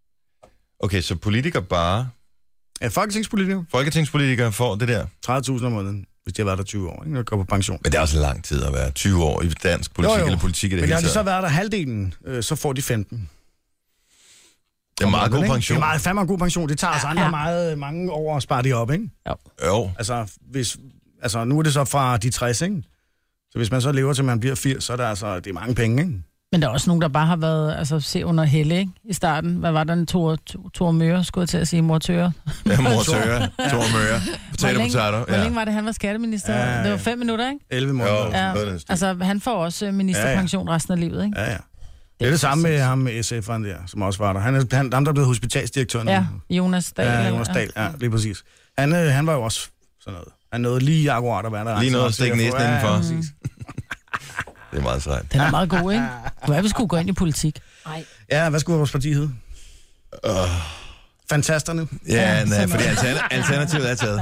Okay, så politikere bare...
Ja, folketingspolitikere,
Folketingspolitikere får det der.
tredive tusind om måneden, hvis de har været der tyve år, ikke? Når de går på pension.
Men det er også lang tid at være tyve år i dansk politik,
Jo, jo.
eller politik i det
Men
hele
har de
taget.
så været der halvdelen, øh, så får de femten.
Det er meget god
Ikke?
pension.
Det er meget, fandme en god pension. Det tager os andre
Ja.
meget, mange år at spare det op, ikke?
Jo.
Altså, hvis, altså, nu er det så fra de tres, ikke? Så hvis man så lever til man bliver firs, så er der altså, det er mange penge, ikke?
Men der er også nogen, der bare har været, altså se under Helle, ikke? I starten. Hvad var der en Tor, Tor Møre, skulle jeg til at sige, mor Tøre?
Ja, mor Tøre, Tor Møre,
Hvor
potato,
længe,
potato.
hvor længe var det, han var skatteminister?
Ja, ja.
Det var fem minutter, ikke?
elleve måneder.
Jo.
Ja.
Noget af den stil.
Altså, han får også ministerpension resten af livet, ikke?
Ja, ja. Det er det samme med ham med S F'eren der, som også var der. Han er han, ham, der er blevet hospitalsdirektør nu.
Ja, Jonas Dahl.
Ja, Jonas Dahl, ja, lige præcis. Han, øh, han var jo også sådan noget. Han nåede lige akkurat at være der.
Lige noget at
Altså,
stikke næsen
ja,
indenfor.
ja, præcis.
Det er meget sejt.
Den er meget god, ikke? Du er, vi skulle gå ind i politik.
Nej.
Ja, hvad skulle vores parti hedde?
Uh,
Fantasterne.
ja, nej,
sådan
fordi altern- alternativet er taget.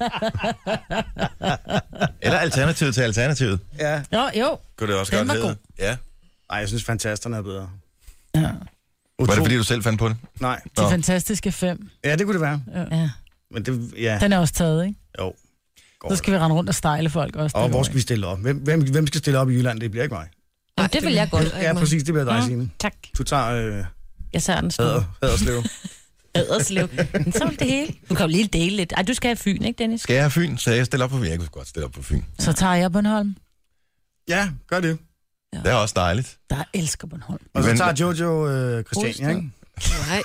Eller alternativet til alternativet.
Ja.
Jo, jo.
Kunne det også
Den
godt
var
hedde.
god.
Ja.
Nej, jeg synes, Fantasterne er bedre.
Ja.
Var det fordi, du selv fandt på det?
Nej.
De
Nå.
fantastiske fem.
Ja, det kunne det være.
Ja.
Men det, ja,
Den er også taget, ikke?
jo.
Så skal vi rende rundt og stejle folk også.
Og
Det
hvor
går
skal vi stille op? Hvem, hvem, hvem skal stille op i Jylland? Det bliver ikke mig.
Jamen, det vil jeg godt.
Ja, præcis, det bliver dig,
Ja.
Signe.
Tak.
Du tager øh,
Jeg tager den store.
Hader, Haderslev.
Haderslev. Men så er det hele. Du kan jo lige dele lidt. Ej, du skal have Fyn, ikke, Dennis?
Skal jeg have Fyn? Så jeg stiller op på Fyn. Jeg kunne godt stille op på Fyn.
Så tager jeg Bornholm.
Ja, gør det.
Det er også dejligt.
Der elsker Bornholm.
Og så
Men-
tager Jojo øh, Christiania, ikke?
Nej.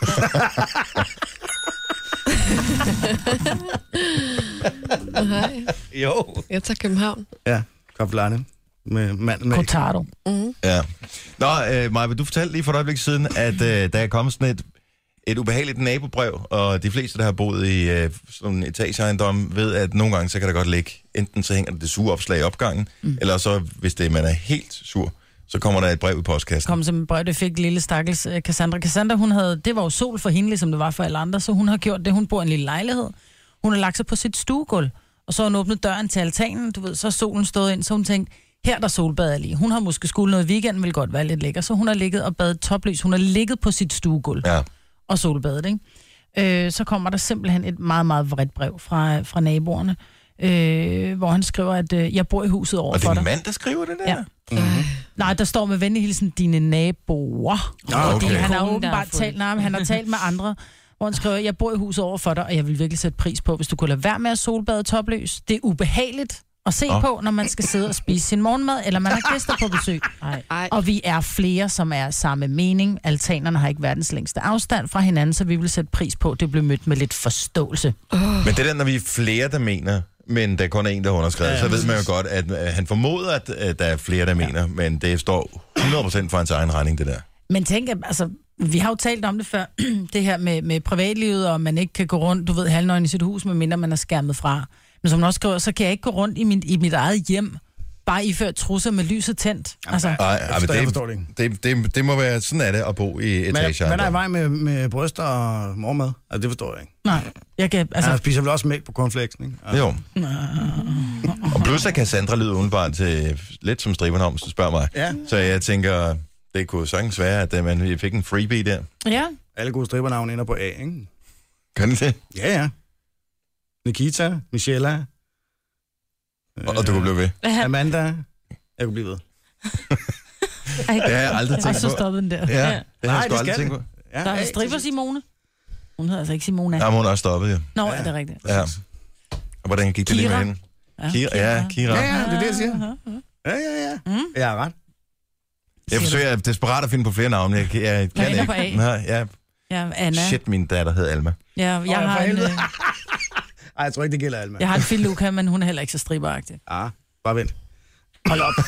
Nej.
Jo.
Jeg tager København.
Ja, Koblerne med manden med.
Cortado.
Mm.
Ja. Nå, øh, Maja, du fortalte lige for et øjeblik siden, at øh, der er kommet sådan et, et ubehageligt nabobrev, og de fleste, der har boet i øh, sådan en etageejendom, ved, at nogle gange, så kan der godt ligge, enten så hænger der det sure opslag i opgangen, mm. eller så, hvis det man er helt sur, så kommer der et brev i postkassen.
Kom som et brev, det fik lille stakkels uh, Cassandra. Cassandra, hun havde, det var jo sol for hende, ligesom det var for alle andre, så hun har gjort det. Hun bor i en lille lejlighed. Hun har lagt sig på sit stuegulv, og så har hun åbnet døren til altanen, du ved, så er solen stået ind, så hun tænkte, her er der solbad lige. Hun har måske skulle noget i weekenden, vil godt være lidt lækker, så hun har ligget og badet toplys. Hun har ligget på sit stuegulv
Ja.
og solbadet, ikke? Øh, så kommer der simpelthen et meget, meget vredt brev fra, fra naboerne, øh, hvor han skriver, at øh, jeg bor i huset over
Og det
for
er
dig.
en mand, der skriver det der?
Ja.
Mm-hmm.
Nej, der står med venlig hilsen, dine naboer.
Ah,
Fordi
okay.
han har
Konen, der
åbenbart
har fået-
talt, nej, men han har talt med andre, hvor han skriver, jeg bor i huset over for dig, og jeg vil virkelig sætte pris på, hvis du kunne lade være med at solbade topløs. Det er ubehageligt at se
Nå.
på, når man skal sidde og spise sin morgenmad, eller man har gæster på besøg.
Nej.
Ej.
Og vi er flere, som er samme mening. Altanerne har ikke verdens længste afstand fra hinanden, så vi vil sætte pris på, at det bliver mødt med lidt forståelse.
Men det er der, når vi er flere, der mener, men der kun er en, der har underskrevet,
Ja,
så ved
præcis.
man jo godt, at øh, han formoder, at øh, der er flere, der mener, men det står hundrede procent for hans egen regning, det der.
Men tænk, at, altså, vi har jo talt om det før, det her med, med privatlivet, og man ikke kan gå rundt, du ved, halvnøgen i sit hus, medmindre man er skærmet fra. Men som man også skriver, så kan jeg ikke gå rundt i, min, i mit eget hjem, bare iført trusser med lyset tændt. Altså,
Ej, ej, men
Jeg forstår det
det,
ikke.
det, det, det må være, sådan er det at bo i
Men hvad er i
etageejendom.
vej med, med bryster og mormad? Altså, det forstår jeg ikke.
nej, jeg kan,
Altså,
altså,
han spiser vel også mælk på cornflakesen, ikke? Altså,
Jo. Og plus at Cassandra lyder udenbart til lidt som striberne om, hvis du spørger mig.
Ja.
Så jeg tænker, det kunne sagtens være, at øh, man fik en freebie der.
ja,
Alle gode strippernavne ender på A, ikke?
Kan det det?
Ja, ja. Nikita, Michelle,
Og, og du kunne blive ved.
Amanda. Jeg kunne blive ved.
Det har jeg aldrig
og
tænkt
så
på.
stoppede den der.
Ja, det har
Nej,
jeg sgu
det
aldrig
skal
tænkt på.
Ja,
Der er
A,
stripper Simone. Hun hedder altså ikke Simone.
Ja, men hun er også stoppet, jo.
Nå, ja, det er rigtigt.
Ja. Og hvordan gik det lige med
Kira.
hende? Kira, ja, Kira.
Ja, ja, det er det, jeg siger. Ja, ja, ja.
Mm.
Jeg har ret.
Jeg forsøger desperat at finde på flere navne. Jeg, jeg, jeg kan
ender
ikke.
på A.
Nej, ja.
Ja, Anna.
Shit, min datter hed Alma.
Ja, jeg,
Åh,
har
for
en,
helvede.
øh,
Ej, jeg tror ikke, det gælder Alma.
jeg har en Filuka, men hun er heller ikke så stripperagtig.
Ah, bare vent.
Hold op.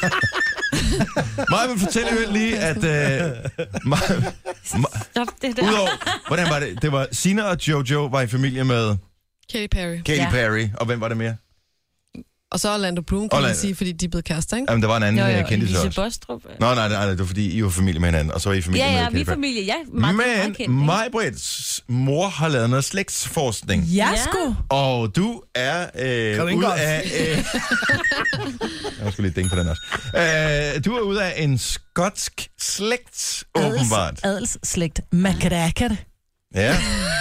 Maja vil fortælle jo lige, at... Øh, Maja, Ma-
Stop det der.
Udover, hvordan var det? Det var Sina og Jojo var i familie med
Katy Perry.
Katy
Ja.
Perry. Og hvem var det mere?
Og så Orlando Bloom, kan
Orlando.
man sige, fordi de er blevet kærester, ikke?
Jamen, der var en anden
Jo,
jo,
jo,
kendis
Lise
også.
Bostrup.
Nå, nej, nej, nej, det var fordi, I var familie med hinanden, og så var I familie
Ja,
med
ja,
Katy
vi er
Perry.
familie. Ja, meget, meget kendt, ikke?
Men Maj-Brits mor har lavet noget slægtsforskning.
Ja,
Ja.
sgu.
Og du er øh,
Kom ind
ude
godt.
af... Øh, jeg skulle lige tænke på den også. Øh, du er ude af en skotsk slægt, åbenbart.
Adelsslægt McGregor.
Ja.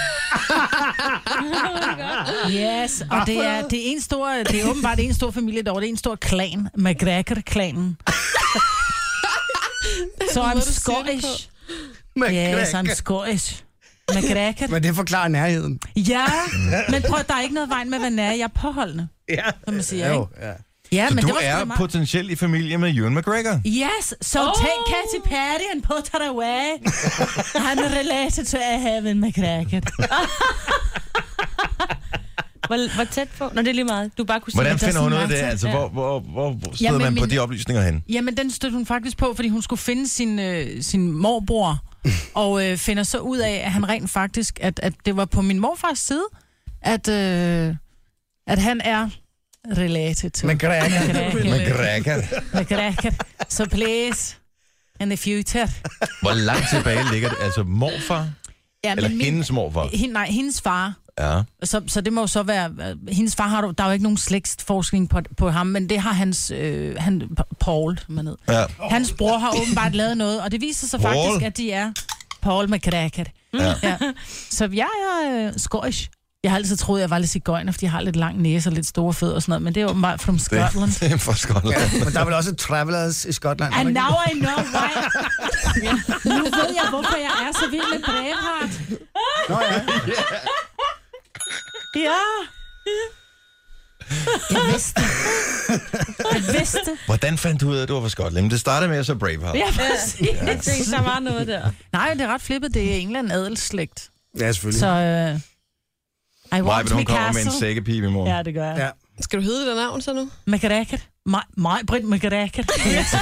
Yes, og det er, det er en stor, det er åbenbart en stor familie derovre. Det er en stor klan, McGregor-klanen. Så I'm Scottish. Yes, I'm Scottish. McGregor.
Men det forklarer nærheden.
Ja, men prøv, der er ikke noget vejen med at være nær. Jeg er påholdende,
Ja.
som man siger,
Jo,
ikke?
ja.
Ja,
Så
men
du
det var sgu da
er
meget-
potentielt i familie med Ewan McGregor?
Yes, so oh. take Katy Perry and put her away. I'm related to Ewan McGregor.
Hvor, hvor tæt på? Nå, det er lige meget. Du bare kunne sige,
Hvordan
at der er
finder hun
sådan
ud af det?
meget
Altså,
tæt.
hvor, hvor, hvor, hvor støder
Jamen,
man på
min-
de oplysninger hen?
Jamen, den stødte hun faktisk på, fordi hun skulle finde sin, øh, sin morbror, og øh, finder så ud af, at han rent faktisk, at, at det var på min morfars side, at, øh, at han er related to
McGregor.
McGregor.
McGregor. So please, in the future.
Hvor langt tilbage ligger det? Altså morfar?
Ja,
Eller
min-
hendes morfar?
Hende, nej, hendes far.
Ja.
Så, så det må jo så være... øh, Hendes far har du... Der er jo ikke nogen slægtsforskning på, på ham, men det har hans... Øh, han, Paul, man hed.
Ja.
Hans bror har åbenbart lavet noget, og det viser sig
Paul?
faktisk, at de er Paul McGregor.
Ja.
Ja. Så jeg er øh, skotsk. Jeg har altid troet, at jeg var lidt sigøjner, fordi jeg har lidt lang næse og lidt store fødder og sådan noget, men det er åbenbart from Scotland.
Det er fra Skotland.
Ja, men der er vel også Travelers i Skotland. er der
And
ikke?
now I know why. Nu ved jeg, hvorfor jeg er så vild med Braveheart.
Nå ja.
Ja. Jeg vidste. Jeg vidste.
Hvordan fandt du ud af, at du var fra Skotland? Det startede med, at så Braveheart.
Ja, præcis.
Jeg tænkte, der var noget der.
Nej, det er ret flippet. Det er en eller anden adelsslægt.
Ja, selvfølgelig.
Så øh, I
Maja,
want
hun
me
kommer med en
castle.
sækkepibe i morgen.
Ja, det gør jeg.
Ja.
Skal du hedde det der navn så nu?
McGregor. Mig, mig, Britt McGregor. Det er så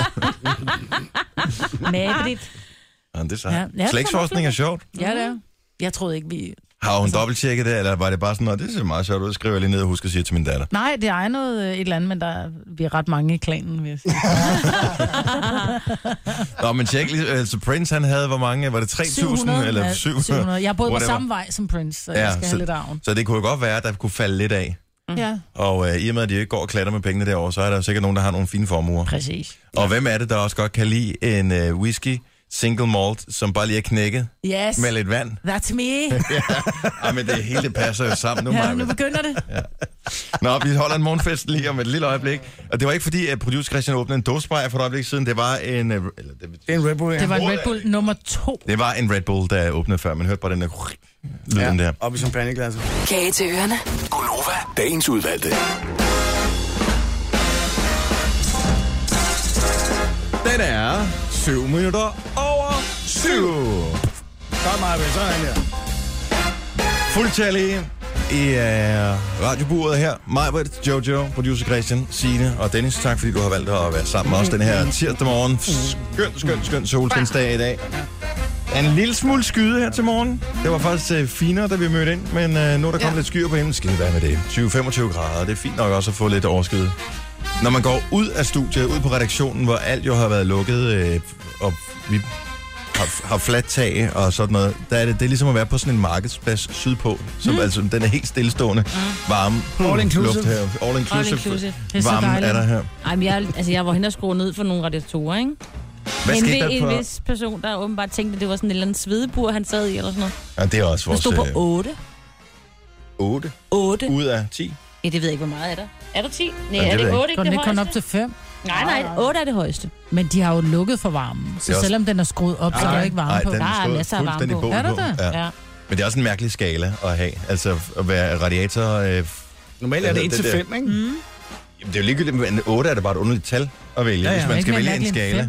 godt. Mabrit.
Ja, det er så.
Ja,
Ja,
ja,
Slægtsforskning er sjovt.
Ja, det er. Jeg troede ikke, vi...
Har hun dobbelttjekket det, eller var det bare sådan, at det ser meget sjovt ud, skriver jeg lige ned og husker at sige til min datter.
Nej, det er noget øh, et eller andet, men der er, vi er ret mange i klanen, vil jeg sige.
Nå, men tjek lige, altså Prince han havde, hvor mange, var det tre tusind eller syv hundrede?
syv hundrede. Jeg boede på
Whatever.
samme vej som Prince, så
Ja,
jeg skal
så-
have lidt arven.
Så det kunne jo godt være, at der kunne falde lidt af.
Ja,
Og øh, i og med, at de ikke går og klatter med pengene derovre, så er der jo sikkert nogen, der har nogle fine formuer.
præcis.
Og hvem er det, der også godt kan lide en øh, whisky, single malt, som bare lige er knækket
Yes,
med lidt vand?
that's me.
Ej, men det hele passer jo sammen nu,
Ja,
Maja.
nu begynder det.
Nå, vi holder en morgenfest lige om et lille øjeblik. Og det var ikke fordi, at producer Christian åbnede en dåsebajer for et øjeblik siden. Det var en... øh, Eller, det,
Det er en Red Bull, ja.
Det var en Red Bull nummer to.
det var en Red Bull, der åbnede før. Man hørte bare den der... Lyden der.
Op i champagneglasset.
Kage til ørerne.
Gonova, dagens udvalgte.
Den er syv minutter over syv.
Godt meget, vel. Sådan der.
Fuldtallige i uh, radioburet her. Majbert, Jojo, producer Christian, Signe og Dennis. Tak fordi du har valgt at være sammen med os den her tirsdag morgen. Skøn, skøn, skøn solskinsdag i dag. En lille smule skyde her til morgen. Det var faktisk uh, finere, da vi mødte ind, men uh, nu er der kommet
Ja.
lidt skyer på himlen. Skal det være med det? tyve til femogtyve grader. Det er fint nok også at få lidt overskyet. Når man går ud af studiet, ud på redaktionen, hvor alt jo har været lukket, øh, og vi har, har fladt tag og sådan noget, der er det, det er ligesom at være på sådan en markedsplads sydpå, som mm. altså den er helt stillestående, varme
All inclusive.
luft her. All inclusive.
All inclusive.
Det er så
Varme
dejligt.
er der her.
Ej, men jeg, altså, jeg var hen og skrue ned for nogle radiatorer, ikke?
Hvad
en,
skete
vi-
der
en
for...
vis person, der åbenbart tænkte, at det var sådan en eller anden svedebur, han sad i, eller sådan noget.
Ja, det er også
Der
vores
stod på
øh,
otte.
otte
otte.
ud af ti.
Ja, det ved jeg ikke, hvor meget er der. Er der ti? Nej,
det
er
ved
det
jeg
otte
Går
ikke
den
det
ikke kun op
højeste?
til fem?
Nej, nej, otte er det højeste.
Men de har jo lukket for varmen, så
Det er også-
selvom den er skruet op, så er der ikke varme
Nej,
på.
den
Der er
stod
masser af varme
fuldstændig
på.
bål
Er der
på.
det?
Ja.
Ja.
Men det er også en mærkelig skala at have. Altså at være radiator... Øh,
Normalt er det
Ja,
et
det
til
der.
fem, ikke?
Mm.
Jamen, det er jo ligegyldigt, men otte er det bare et underligt tal at vælge,
Ja, ja.
hvis man
Ikke
skal
mere
vælge en
mærkeligt end
skala.
fem.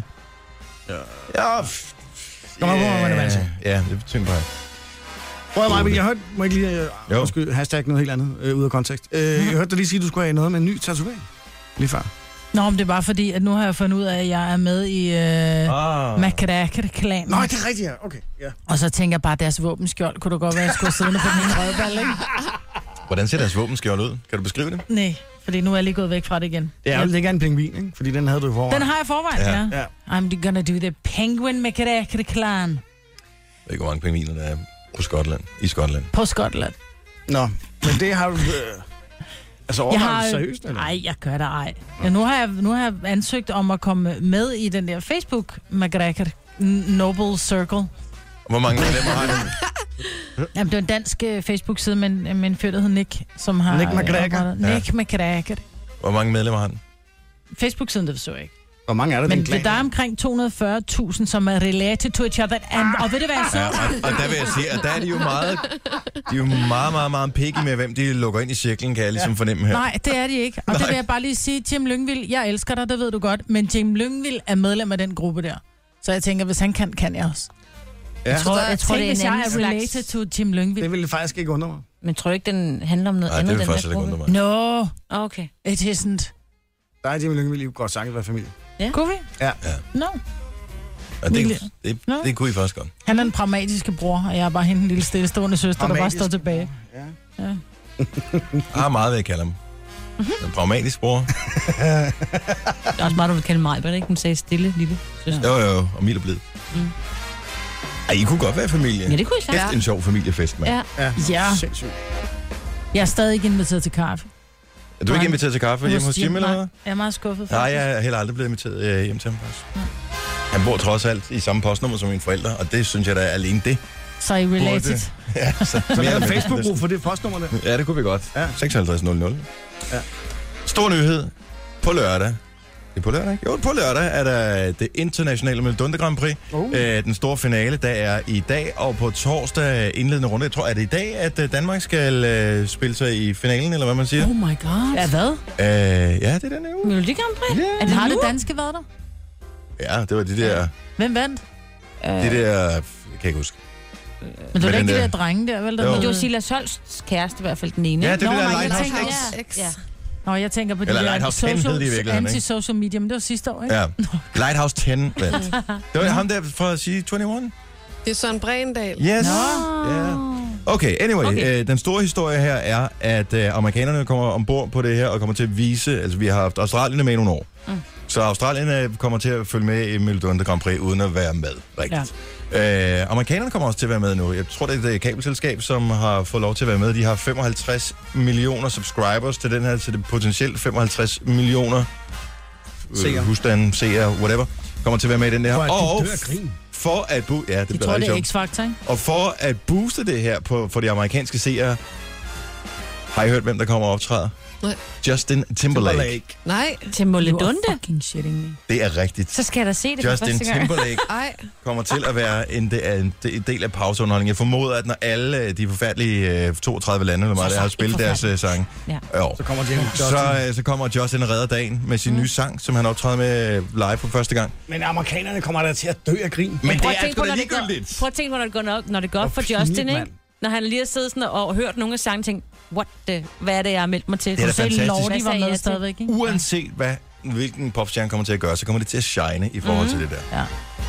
Ja, f-
Kom op, hvor man er vant til.
ja, det tænker jeg.
Prøv at mig, jeg hørte, må jeg ikke lige, uh,
Jo.
undskyld, hashtag noget helt andet, uh, ud af kontekst. Uh, jeg hørte dig lige sige, at du skulle have noget med en ny tatovering. Lige før.
Nå, men det er bare fordi, at nu har jeg fundet ud af, at jeg er med i øh,
Ah.
McCracker-klanen.
Nå, det er rigtigt, ja. Okay, ja.
Og så tænker jeg bare, deres våbenskjold kunne du godt være, at jeg skulle sidde på min rødball, ikke?
Hvordan ser deres våbenskjold ud? Kan du beskrive det?
Nej, fordi nu er jeg lige gået væk fra det igen.
Det er jo ikke en pingvin, ikke? Fordi den havde du i forvejen.
Den har jeg i forvejen, ja.
Ja.
ja. I'm gonna do the penguin McCracker-klan
Jeg ved ikke, hvor mange pingviner der er på Skotland, i Skotland.
på Skotland.
Nå, men det har du... Øh, altså
Jeg
overvejet
har,
det seriøst, eller?
nej, jeg gør det ej. Ja, nu, har jeg, nu har jeg ansøgt om at komme med i den der Facebook McGregor Noble Circle.
Hvor mange medlemmer har den?
Jamen, det er en dansk uh, Facebook-side med en, med en fyr, der hedder Nick, som har...
Nick
øh,
McGregor.
oprettet-
Ja.
Nick McGregor.
Hvor mange medlemmer har den?
Facebook-siden, det forstår jeg ikke.
Hvor mange er der?
Men
den klan?
der er omkring to hundrede og fyrre tusind, som er related to each other. And, og ved du hvad jeg så?
Ja, og, og der vil jeg sige, at der er de jo meget, de er jo meget, meget, meget picky med, hvem de lukker ind i cirklen, kan jeg ligesom fornemme her.
Nej, det er de ikke. Og Nej. det vil jeg bare lige sige, Jim Lyngvild, jeg elsker dig, det ved du godt, men Jim Lyngvild er medlem af den gruppe der. Så jeg tænker, hvis han kan, kan jeg også.
Ja.
Jeg tror, jeg tror
Tænk,
det er
hvis
en
jeg
anden
er related
slags...
to Jim Lyngvild.
Det ville faktisk ikke undre mig.
Men tror du ikke, den handler om noget
Nej,
andet,
det vil
den
faktisk
der
ikke
gruppe?
undre mig.
No,
Okay.
it isn't.
Der er Jimmy Lyngvild, I kunne godt sagtens være familie.
Ja.
Kunne vi?
Ja.
No.
Og det, det,
Nå.
det kunne I faktisk godt.
Han er den pragmatiske bror, og jeg er bare hende en lille stillestående søster, der bare
Pragmatisk.
står tilbage.
Ja.
Ja.
Jeg har meget, hvad jeg kalder ham. En pragmatisk bror.
Det er også meget, du vil kalde mig, men ikke? Hun sagde stille, lille søster.
Jo, jo, og mild og blid.
Mm.
Ej, I kunne godt være familie.
Ja, det kunne I
Kæft
sagt.
en sjov familiefest, mand.
Ja.
Ja.
Ja.
Sindssygt.
Jeg er stadig ikke inviteret til kaffe.
Er du ikke inviteret til kaffe hjemme hos Jim, eller hvad?
Jeg er meget skuffet.
Nej, jeg er heller aldrig blevet inviteret øh, hjem til ham, faktisk. Han bor trods alt i samme postnummer som mine forældre, og det synes jeg da er alene det.
Så er I related.
Burde- Ja, så,
Så
mere
laver
eller
en
mindre.
Facebook-gruppe for det postnummer der.
Ja, det kunne vi godt.
Ja.
seksoghalvtreds nul nul.
Ja.
Stor nyhed. På lørdag. Det er på lørdag, ikke? Jo, på lørdag er der det internationale Melodunde Grand Prix.
Uh.
Øh, den store finale, der er i dag, og på torsdag indledende runde. Jeg tror, er det i dag, at øh, Danmark skal øh, spille sig i finalen, eller hvad man siger?
Oh my god.
Ja, hvad?
Øh, ja, det er den her uge.
Melodi Grand Prix?
Ja.
Er det
Har
nu?
det danske været der?
Ja, det var de der...
Hvem vandt?
De der... Jeg kan ikke huske.
Men det var
Men
da ikke
den
de
der-
der drenge der, vel? Der
Jo.
hed-
Det var Silas Holsts kæreste i hvert fald, den ene.
Ja,
ikke?
det er
Nå,
det der
nej, jeg
Lighthouse
tænker-
X.
Ja.
Ja.
Nå, jeg tænker på de
Eller
der
Lighthouse ten hed
social,
de i virkeligheden, ikke?
anti-social media, men det var sidste år, ikke?
Ja. Lighthouse ti vandt. Det var ham der fra C enogtyve.
Det er Søren Brendal.
Yes.
Nå.
Ja. Okay, anyway.
Okay.
Okay. Øh, den store historie her er, at øh, amerikanerne kommer ombord på det her og kommer til at vise... Altså, vi har haft Australien med i nogle år. Mm. Så Australien øh, kommer til at følge med i Melodunde Grand Prix uden at være med. Rigtigt. Ja. Øh, amerikanerne kommer også til at være med nu. Jeg tror, det er et kabelselskab, som har fået lov til at være med. De har femoghalvtreds millioner subscribers til den her, til det potentielt femoghalvtreds millioner
Seere.
øh, husstande, seere, whatever, kommer til at være med i den der.
For at de
Og
dør af grin.
for at... Bu- ja, det
Jeg
bliver
tror,
rigtig
det er
sjovt.
X-Factor, ikke?
Og for at booste det her på, for de amerikanske seere, har I hørt, hvem der kommer og optræder?
Nej.
Justin Timberlake.
Timberlake.
Nej.
Til
You
Molledunde.
are fucking shitting me.
Det er rigtigt.
Så skal jeg da se det for
Justin
første gang.
Timberlake
Ej.
kommer til at være en, de, en, de, en del af pauseunderholdningen. Jeg formoder, at når alle de forfærdelige øh, toogtredive lande, eller meget, der har spillet deres øh, sange,
Ja.
jo,
Så kommer James Justin.
så, øh, så kommer Justin og redder dagen med sin mm. nye sang, som han optræder med øh, live for første gang.
Men amerikanerne kommer der til at dø af grin.
Men det
Prøv at
er
tænke
sgu
på,
da
når det går-
ligegyldigt.
Prøv at tænke på, når det går, nok, når det går op for
Hvor
Justin,
pinligt,
ikke?
mand.
Når han lige har siddet sådan og hørt nogle af sange, tænkt, what the, hvad er det, jeg har meldt mig til?
Det er da
Så
fantastisk.
Lordi
Hvad
var
sagde
med
jeg til?
stadigvæk, ikke?
Uanset hvad, hvilken popstjerne kommer til at gøre, så kommer det til at shine i forhold mm. til det der.
Ja.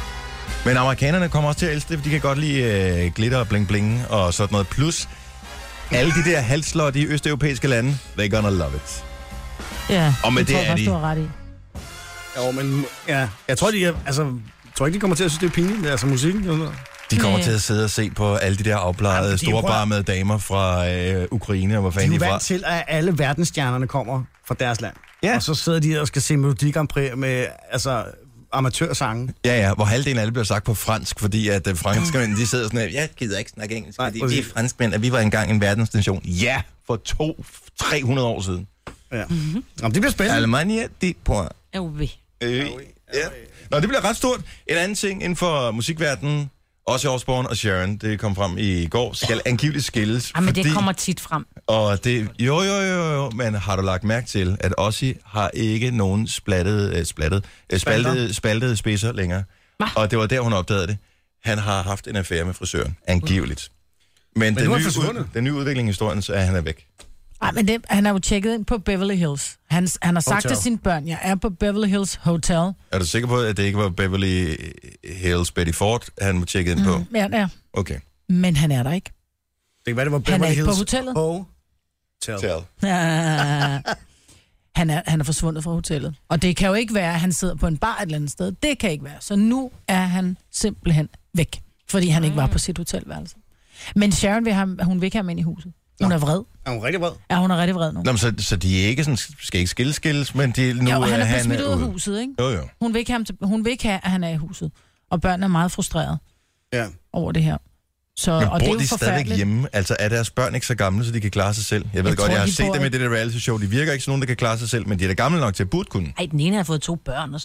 Men amerikanerne kommer også til at elske det, for de kan godt lide øh, glitter og bling bling og sådan noget. Plus alle de der halslot i østeuropæiske lande, they gonna love it.
Ja,
Og med
det
det
tror
er
jeg faktisk,
de.
du har ret i.
Jo, men ja. Jeg tror, de er, altså, jeg tror ikke, de kommer til at synes, det er pinligt. Altså musikken. Eller noget.
De kommer
Nej.
til at sidde og se på alle de der afbladede,
Jamen, de er jo
storbarmede damer fra øh, Ukraine, og hvor
De
fanden
er
de
jo
er fra.
vant til, at alle verdensstjernerne kommer fra deres land.
Ja.
Og så sidder de og skal se Melodi Grand Prix med altså, amatørsange.
Ja, ja, hvor halvdelen af det bliver sagt på fransk, fordi at øh, franskmænd, de sidder sådan, jeg gider ikke snakke engelsk,
Nej,
fordi
præcis.
vi er franskmænd, at vi var engang en verdensnation. Ja, for to, tre hundrede år siden.
Ja. Mm-hmm. Jamen, det bliver spændende.
Almania, det på.
Ja, vi.
Øh, ja. Nå, det bliver ret stort. En anden ting inden for musikverdenen, også Osbourne og Sharon, det kom frem i går, skal angiveligt skilles.
Jamen,
fordi,
det kommer tit frem.
Og det, jo, jo, jo, jo, men har du lagt mærke til, at Ozzy har ikke nogen splattet, øh, splattet, øh, spaltede, spaltede spidser længere.
Hva?
Og det var der, hun opdagede det. Han har haft en affære med frisøren, angiveligt. Men,
nu
den,
er
nye,
han forsvundet.
ud, den nye udvikling i historien, så er han er væk.
Ej, men det, han er jo tjekket ind på Beverly Hills. Han, han har sagt
Hotel.
til sine børn, jeg er på Beverly Hills Hotel.
Er du sikker på, at det ikke var Beverly Hills Betty Ford, han var tjekket ind på?
Mm, ja, ja.
Okay.
Men han er der ikke.
Det kan være, det var
Han
Beverly
er ikke på
Hills
hotellet.
Hotel.
Tell.
Ah. Han er, han er forsvundet fra hotellet. Og det kan jo ikke være, at han sidder på en bar et eller andet sted. Det kan ikke være. Så nu er han simpelthen væk. Fordi han ikke var på sit hotelværelse. Men Sharon vil have, hun vil ikke have ham ind i huset. Hun
Nå.
er vred.
Er hun rigtig vred?
Ja, hun er rigtig vred nu.
Nå, men så, så de er ikke sådan, skal ikke skilles, skilles, men de, nu
Jo, han er blevet smidt ud af
ude.
huset, ikke?
Jo, jo.
Hun vil ikke have, ham til, hun vil ikke have, at han er i huset. Og børnene er meget frustrerede
Ja.
over det her. Så,
Men
og det er
bor
jo
de stadigvæk
forfærdeligt.
hjemme? Altså, er deres børn ikke så gamle, så de kan klare sig selv? Jeg ved
Jeg
godt,
tror,
jeg har
de
set
bor
dem i
ikke-
det der reality show. De virker ikke som nogen, der kan klare sig selv, men de er da gamle nok til at burde kunne.
Ej, den ene har fået to børn og sådan noget.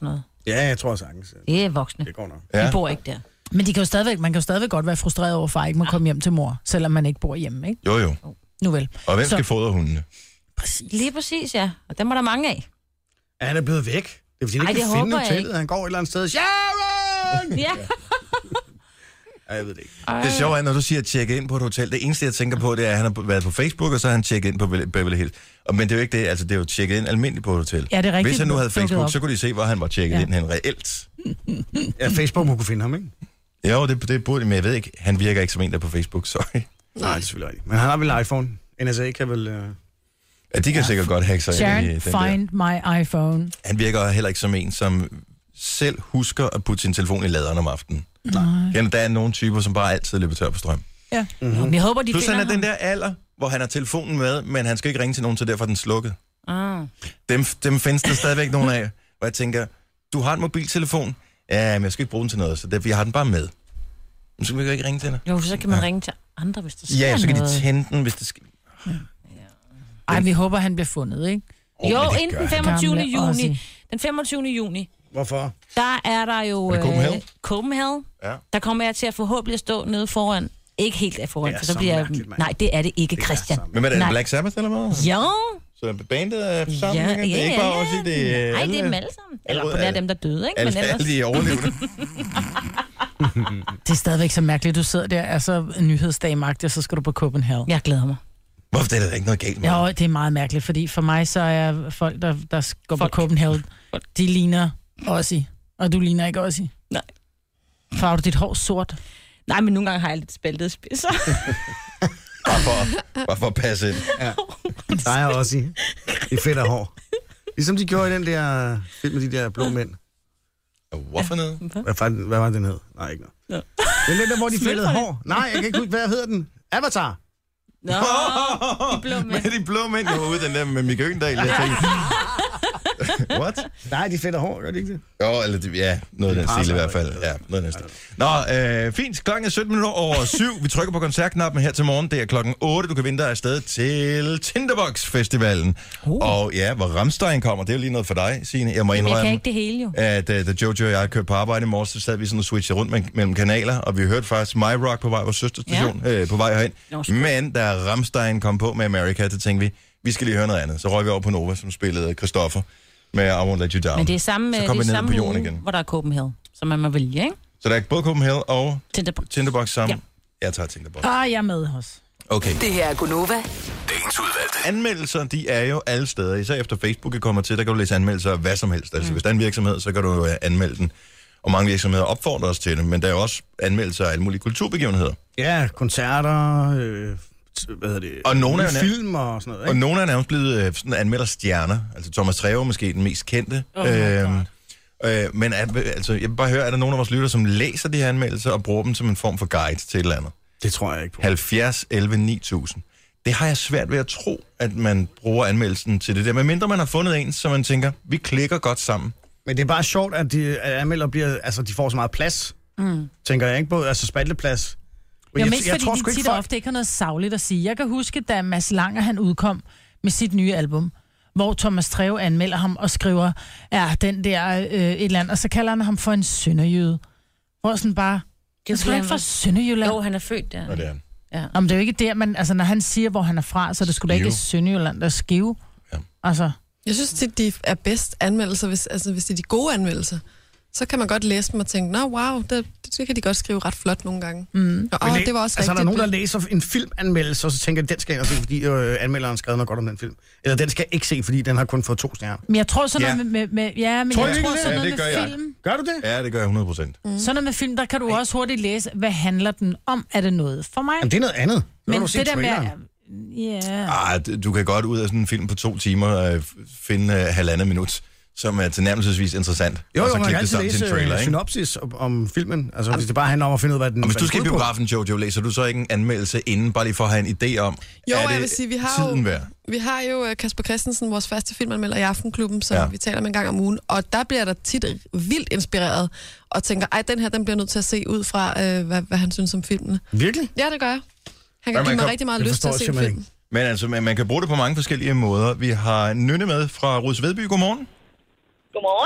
Ja, jeg tror sagtens.
Det er voksne.
Det går nok.
Ja.
De bor ikke der.
Men de kan jo stadigvæk, man kan jo stadigvæk godt være frustreret over, at far ikke må komme hjem til mor, selvom man ikke bor hjemme, ikke?
Jo, jo.
Nu vel.
Og hvem
Så-
skal fodre hundene?
Præcis.
Lige præcis, ja. Og dem er der mange af.
Ja, han er blevet væk. Det er fordi, han
Ej,
ikke
det
kan finde
håber jeg
hotellet.
ikke.
Han går et eller andet sted. Sharon!
Ja.
Ja, jeg ved det ikke.
Det sjove er, når du siger at tjekke ind på et hotel, det eneste, jeg tænker på, det er, at han har været på Facebook, og så har han tjekket ind på Beverly Hills. Og, men det er jo ikke det, altså det er jo tjekket ind almindeligt på et hotel.
Ja, det er rigtigt.
Hvis han nu havde
Dukket
Facebook,
op.
så kunne de se, hvor han var tjekket
Ja.
ind hen reelt.
Ja, Facebook må kunne finde ham, ikke?
Jo, det, det burde, men jeg ved ikke, han virker ikke som en, der er på Facebook, sorry.
Nej, det er selvfølgelig rigtigt. Men han har vel en iPhone. N S A kan vel... Uh...
Ja, de kan ja. sikkert godt hacke sig ind i den
Sharon, find
der.
my iPhone.
Han virker heller ikke som en, som selv husker at putte sin telefon i laderen om aftenen. Ja, der er nogle typer, som bare altid løber tør for strøm.
Ja.
Mm-hmm. Jeg håber, de
Plus
finder
han er
ham.
den der alder, hvor han har telefonen med, men han skal ikke ringe til nogen, så derfor er den slukket.
Ah.
Dem, dem findes der stadigvæk nogen af, hvor jeg tænker, du har en mobiltelefon, ja, men jeg skal ikke bruge den til noget, så derfor jeg har den bare med. Men så kan vi jo ikke ringe til dig.
Jo, så kan man ja. ringe til andre, hvis der sker
Ja, så kan
noget.
de tænde den, hvis det skal.
Ej, vi håber, han bliver fundet, ikke?
Oh,
Jo,
men det
inden
gør
den
han.
femogtyvende
Gamle
juni.
Ozzy.
Den femogtyvende juni,
Hvorfor?
der er der jo...
Er det Copenhagen?
øh, Copenhagen.
Ja.
Der kommer jeg til at forhåbentlig stå nede foran. Ikke helt af foran,
Det er
for så
så
bliver jeg...
mærkeligt, mand.
Nej, det er det ikke,
Det er
Christian.
så
Men hvad er det,
Nej.
Black Sabbath eller hvad?
Jo.
Så bandet er sammen,
Ja,
ikke? Det er
ja,
ikke bare
ja.
også, det er
Nej,
alle,
det er dem alle sammen. Eller
alle-
på nær dem, der døde, ikke?
alle,
Men ellers...
alle de overlevende.
Det er stadigvæk så mærkeligt, du sidder der, er så nyhedsdagmagtig, og så skal du på Copenhagen.
Jeg glæder mig.
Hvorfor det er der ikke noget galt med?
Ja, det er meget mærkeligt, fordi for mig så er folk, der, der går
Folk.
på Copenhagen,
Folk.
de ligner Ozzy, og du ligner ikke Ozzy.
Nej.
Farver du dit hår sort?
Nej, men nogle gange har jeg lidt spæltede spidser.
Bare for, bare for at passe ind.
Der er også i. I fedt og hår. Ligesom de gjorde i den der film med de der blå mænd.
Hvorfor noget?
Hvad, fanden, hvad var den hed? Nej, ikke noget.
Ja.
Det er den der, hvor de fældede
Smølferne.
hår. Nej, jeg kan ikke huske, hvad hedder den? Avatar.
Nå, de blå mænd.
Med de blå mænd, jeg var ude den der med Mikke Øgendal. Jeg tænkte, what?
Nej, de fætter hår, gør de ikke det?
Jo, eller det, ja, noget af den
passer
stil i hvert fald.
ikke.
Ja, noget af den stil. Nå, øh, fint. Klokken er sytten minutter over syv. Vi trykker på koncertknappen her til morgen. Det er klokken otte. Du kan vinde dig afsted til Tinderbox Festivalen. Uh. Og ja, hvor Rammstein kommer, det er jo lige noget for dig, Signe. Jeg må
Men jeg kan
indrømme,
ikke det hele, jo.
at uh, da Jojo og jeg kørte på arbejde i morges, så sad vi sådan og switchede rundt me- mellem kanaler, og vi hørte faktisk My Rock på vej, vores søsterstation, ja. øh, på vej herhen.
Nå, sgu.
Men da Rammstein kom på med America, så tænkte vi, vi skal lige høre noget andet. Så røg vi over på Nova, som spillede Christoffer med I Won't Let You Down.
Men det er samme,
så
det
kom
er
vi ned
samme
på jorden
uge,
igen.
hvor der er Copenhagen, så man må vælge, ikke?
Så der er både Copenhagen og
Tinderbox.
Tinderbox sammen?
Ja.
Jeg tager Tinderbox.
Ah, jeg er med også.
Okay.
Det her er Gunova.
Dagens udvalgte.
Anmeldelser, de er jo alle steder. Især efter Facebook kommer til, der kan du læse anmeldelser af hvad som helst. Altså, mm. hvis der er en virksomhed, så kan du uh, anmelde den. Og mange virksomheder opfordrer os til det, men der er jo også anmeldelser af alle mulige kulturbegivenheder.
Ja, koncerter, øh, t- hvad hedder det?
Og nogle er jo nær-
film og sådan noget,
Og
ikke?
nogle er nærmest blevet øh, sådan anmelderstjerner. Altså Thomas Treve er måske den mest kendte.
Oh my
øhm, øh, men er, altså, jeg vil bare høre, er der nogen af vores lytter, som læser de her anmeldelser og bruger dem som en form for guide til et eller andet?
Det tror jeg ikke på.
halvfjerds elleve ni tusind. Det har jeg svært ved at tro, at man bruger anmeldelsen til det der. Men mindre man har fundet en, så man tænker, vi klikker godt sammen.
Men det er bare sjovt, at de at anmelder bliver, altså de får så meget plads. Mm. Tænker jeg ikke på, altså spalteplads. Men
Jo,
jeg,
mest
jeg
fordi
tror
de
sgu ikke
tit og
folk...
ofte ikke har noget sagligt at sige. Jeg kan huske, da Mads Langer han udkom med sit nye album, hvor Thomas Treve anmelder ham og skriver, ja, den der øh, et eller andet, og så kalder han ham for en sønderjyde. Hvor sådan bare, det er sgu da ikke fra Sønderjylland.
Jo, han er født der.
Og det er.
Ja.
Om det er jo ikke der, men altså, når han siger, hvor han er fra, så er det sgu da ikke
Skive.
Sønderjylland, der er Skive.
Ja.
Altså,
Jeg synes tit, de er bedst anmeldelser, hvis, altså, hvis det er de gode anmeldelser. Så kan man godt læse dem og tænke, nå wow, det, det kan de godt skrive ret flot nogle gange. Mm. Og åh, det var også
altså, er der
rigtigt.
nogen, der læser en filmanmeldelse, og så tænker, den skal jeg ind og se, fordi øh, anmelderen har skrevet noget godt om den film. Eller den skal jeg ikke se, fordi den har kun fået to stjerner.
men jeg tror sådan
Ja.
noget med, med, med ja, men
Tror
jeg
I
tror
ikke
sådan
det? Ja,
noget
det gør
med
jeg.
film.
Gør du det?
Ja, det gør jeg hundrede procent.
Mm. Sådan noget med film, der kan du også hurtigt læse, hvad handler den om? Er det noget for mig?
Jamen, det er noget andet. Nu
Men
har du set
det der med...
traileren.
Ja...
Ah, d- du kan godt ud af sådan en film på to timer øh, finde øh, halvandet minut, som er tilnærmelsesvis interessant.
Jo,
og
jo,
så
man
klippe
kan
det sammen
altid
til
læse
en trailer,
øh,
ikke?
synopsis om, om filmen. Altså, hvis det bare handler om at finde ud af, hvad den
Og hvis
hvad
du
den
skal i
går ud på.
biografen, Jojo, læser du så ikke en anmeldelse inden, bare lige for at have en idé om,
Jo,
er
jeg
det
vil sige, vi har
tiden
jo,
værd?
vi har jo øh, Kasper Christensen, vores faste filmanmelder i Aftenklubben, som
Ja.
ja. vi taler med en gang om ugen, og der bliver der tit vildt inspireret, og tænker, ej, den her, den bliver nødt til at se ud fra, øh, hvad, hvad han synes om filmen.
Virkelig?
Ja, det gør jeg. Han
Ja,
kan
man
give mig
kan-
rigtig meget
det
lyst til
forstår
at
jeg
se
simpelthen
filmen.
Men altså, man, man kan bruge det på mange forskellige måder. Vi har Nynne med fra Ruds Vedby. Godmorgen.
Godmorgen.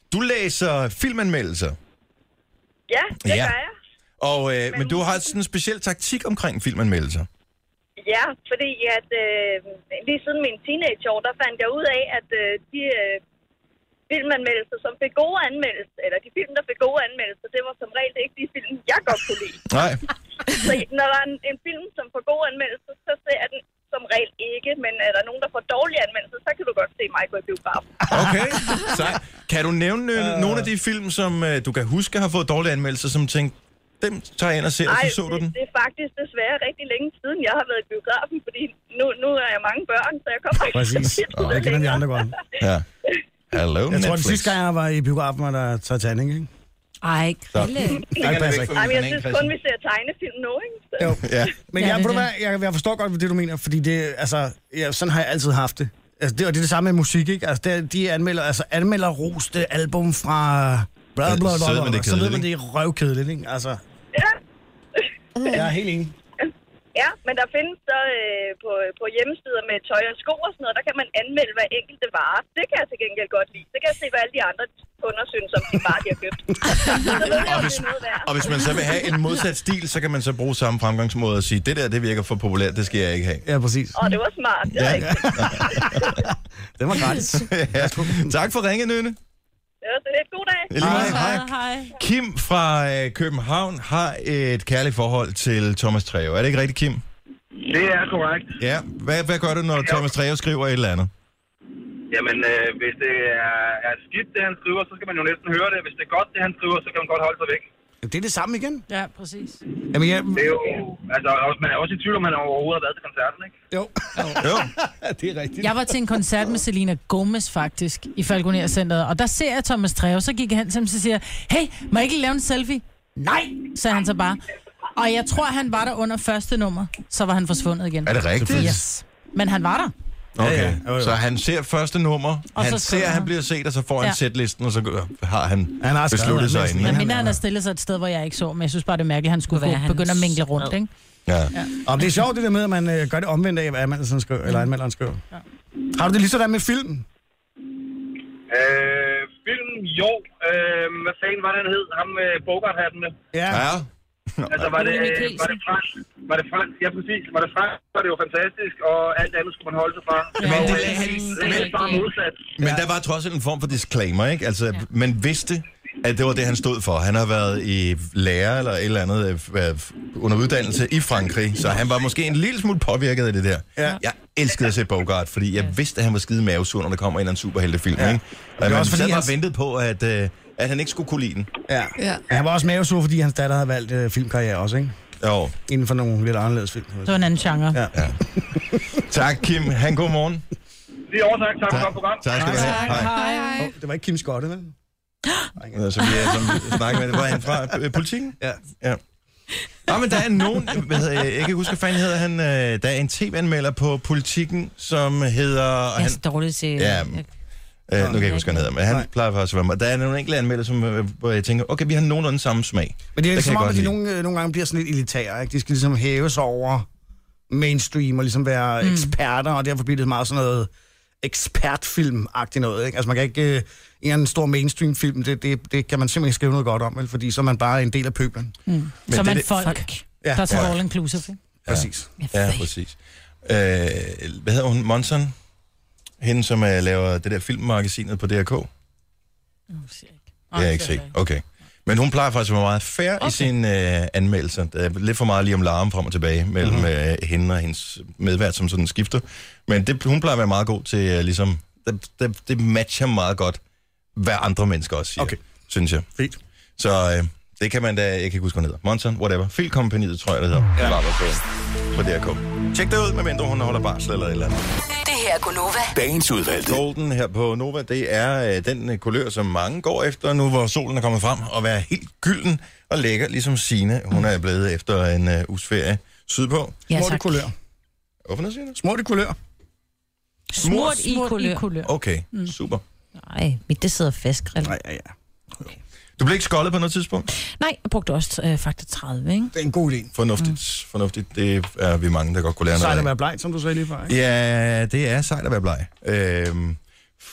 Du læser filmanmeldelser.
Ja, det
Ja.
gør jeg.
Og, øh, men... men du har sådan en speciel taktik omkring filmanmeldelser.
Ja, fordi at øh, lige siden min teenageår, der fandt jeg ud af, at øh, de øh, filmanmeldelser, som fik gode anmeldelser, eller de film, der fik gode anmeldelser, det var som regel ikke de film, jeg godt kunne lide.
Nej.
Så når der er en, en film, som får gode anmeldelser, så ser jeg den som regel ikke. Men er der nogen, der får dårlige anmeldelser, så kan du godt se mig gå i biografen.
Okay, så kan du nævne øh, nogle af de film, som øh, du kan huske har fået dårlige anmeldelser, som tænkte, dem tager jeg ind og ser, og så så du den?
Det, det er faktisk desværre rigtig længe siden, jeg har været i biografen, fordi nu, nu er jeg mange børn, så jeg kommer ikke
Præcis.
til
Oh, jeg kender de andre godt.
Ja. Hello,
Jeg tror, den sidste gang, jeg var i biografen, var der Titanic, ikke?
Ej, Krille.
Nej, passer ikke.
Ej, men jeg synes kun, vi ser tegnefilm nu, ikke? Så.
Jo.
Ja.
Men
Ja,
jeg,
det er
ved du
det.
hvad, jeg, jeg forstår godt, det du mener, fordi det, altså, ja, sådan har jeg altid haft det. Altså, det, og det er det samme med musik, ikke? Altså, det, de anmelder, altså, anmelder roste album fra bla bla bla,
Så ved man, det er
så ved
kedeligt,
man, det er røvkedeligt, ikke? Altså,
Ja.
jeg er helt enig.
Ja, men der findes så øh, på, på hjemmesider med tøj og sko og sådan noget, der kan man anmelde hver enkelte vare. Det kan jeg til gengæld godt lide. Så kan jeg se, hvad alle de andre kunder synes om de varer, de har købt. Så ved jeg,
Og
om
hvis,
det er noget værd.
og hvis man så vil have en modsat stil, så kan man så bruge samme fremgangsmåde og sige, det der, det virker for populært, det skal jeg ikke have.
Ja, præcis.
Åh, det var smart. Det
Ja.
var ikke
Det var gratis.
Ja. Tak for ringet, Nynne.
Det var så lidt god dag.
I lige måde.
Hej.
Hej.
Kim fra øh, København har et kærligt forhold til Thomas Treve. Er det ikke rigtigt, Kim?
Det er korrekt.
Ja. Hvad, hvad gør du, når Thomas Treve skriver et eller andet?
Jamen, øh, hvis det er, er skidt, det han skriver, så skal man jo næsten høre det. Hvis det er godt, det han skriver, så kan man godt holde sig væk.
Det er det samme igen.
Ja, præcis.
Jamen, jeg...
Det er jo... Altså, også- man er også i tvivl, om han overhovedet har været til koncerten, ikke?
Jo.
Jo.
Det er rigtigt.
Jeg var til en koncert med Selena Gomez faktisk, i Falconer Centeret, og der ser jeg Thomas Treve, så gik han til ham og siger, hey, må jeg ikke lave en selfie? Nej, sagde han så bare. Og jeg tror, han var der under første nummer, så var han forsvundet igen.
Er det rigtigt?
Yes. Men han var der.
Okay.
Ja, ja. Jo, jo.
Så han ser første nummer,
Og
han
så
ser,
skriver
at han
han.
bliver set, og så får han
Ja.
sætlisten, og så gør- har han,
Han har skrevet
besluttet sig
anmeldelsen,
inden.
Men
ikke?
mindre han har stillet sig et sted, hvor jeg ikke så, men jeg synes bare, det er mærkeligt, at han skulle
Kunne være
gå, begynde at
hans-
mingle rundt, ikke?
Ja.
Og det er sjovt, det der med, at man øh, gør det omvendt af, hvad anmelderen skriver, eller anmelderen skriver. Ja. Har du det lige sådan med filmen?
Øh, film, jo. Øh, hvad fanden var det, han hed? Ham med Bogart-hatten med.
Ja.
Ja.
Altså, var det,
Ole Mikkelsen.
var det fransk? Var det fransk? Ja, præcis. Var det fransk, var det jo fantastisk, og alt andet skulle man holde sig fra.
Men det
Og,
lagde
øh,
han-
det er helt bare modsat.
Men der var trods alt en form for disclaimer, ikke? Altså, ja. Man vidste, at det var det, han stod for. Han har været i lærer eller et eller andet øh, under uddannelse i Frankrig, så han var måske en lille smule påvirket af det der.
Ja.
Jeg elskede at se Bogart, fordi jeg vidste, at han var skide mavesur, når der kommer en eller anden superheltefilm,
Ja.
ikke? Og
er
man
også fordi,
sad bare
han-
ventet på, at, øh, at han ikke skulle kunne lide den.
Ja.
Ja.
Han var også mavesur, fordi hans datter havde valgt øh, filmkarriere også, ikke?
Jo.
Inden for nogle lidt anderledes film.
Det var en anden genre.
Ja.
Ja. Tak, Kim. Han god morgen.
Lige oversagt. Tak for godt program.
Tak skal du have. Hej.
Hej, hej.
Oh, det var ikke Kim Skotte, vel?
Så vi er, som snakker med det. Hvor er han fra? Øh, Politikken?
Ja.
Ja. Nå, men der er nogen, hvad hedder, jeg jeg kan ikke huske, hvad fanden hedder han, øh, der er en tv-anmelder på Politikken, som hedder...
Jeg er
Han,
så dårlig til...
Ja,
Jeg-
øh, nu kan jeg ikke huske, hvad han hedder, men han
Nej.
plejer faktisk at være med. Der er nogle enkelte anmelder, som, øh, hvor jeg tænker, okay, vi har nogenlunde samme smag.
Men det er
Det kan
som
jeg
om,
godt
at de
lide.
nogle, øh, nogle gange bliver sådan lidt elitære, ikke? De skal ligesom hæve sig over mainstream og ligesom være mm. eksperter, og derfor bliver det meget sådan noget ekspertfilm-agtigt noget, ikke? Altså man kan ikke... Øh, en eller anden stor mainstream-film, det, det, det kan man simpelthen ikke skrive noget godt om, vel? Fordi så er man bare en del af pøblen.
Mm.
Men
Som
det-
en
det-
folk,
Folk.
Ja,
der tager
Ja.
all inclusive. Ikke?
præcis.
Ja, præcis. Øh, hvad hedder hun? Monson? Hende, som uh, laver det der filmmagasinet på D R K? Det er jeg ikke set. Okay. Men hun plejer faktisk at være meget fair okay. i sine uh, anmeldelser. Der er lidt for meget lige om larm frem og tilbage mellem mm-hmm. uh, hende og hendes medvært, som sådan skifter. Men det, hun plejer at være meget god til, uh, ligesom... Det, det, det matcher meget godt, hvad andre mennesker også siger,
Okay.
synes jeg.
Fint.
Så uh, det kan man da... Jeg kan ikke huske, hvad den hedder. Monson, whatever. Filmkompaniet, tror jeg, det hedder. Ja. På, på D R K. Tjek det ud, medmindre hun holder barsel eller et eller andet.
Det her er Gunova.
Dagens udvalgte.
Golden her på Nova, det er øh, den øh, kulør, som mange går efter nu, hvor solen er kommet frem, og være helt gylden og lækker, ligesom Signe. Hun er blevet efter en øh, uges ferie sydpå.
Ja,
Smurt i
tak.
kulør.
Hvorfor noget siger du?
Smurt i kulør.
Smurt i
Smurt
kulør.
i kulør.
Okay, mm. super.
Nej, mit det sidder fast, Grill.
Nej, ja, ja.
Du blev ikke skoldet på noget tidspunkt?
Nej, jeg brugte også øh, faktor tredive, ikke?
Det er en god idé.
Fornuftigt, mm. fornuftigt. Det er vi mange, der godt kunne lære
Sejt
noget
at
af.
være bleg, som du sagde lige før, ikke?
Ja, det er sejt at være bleg. Øhm,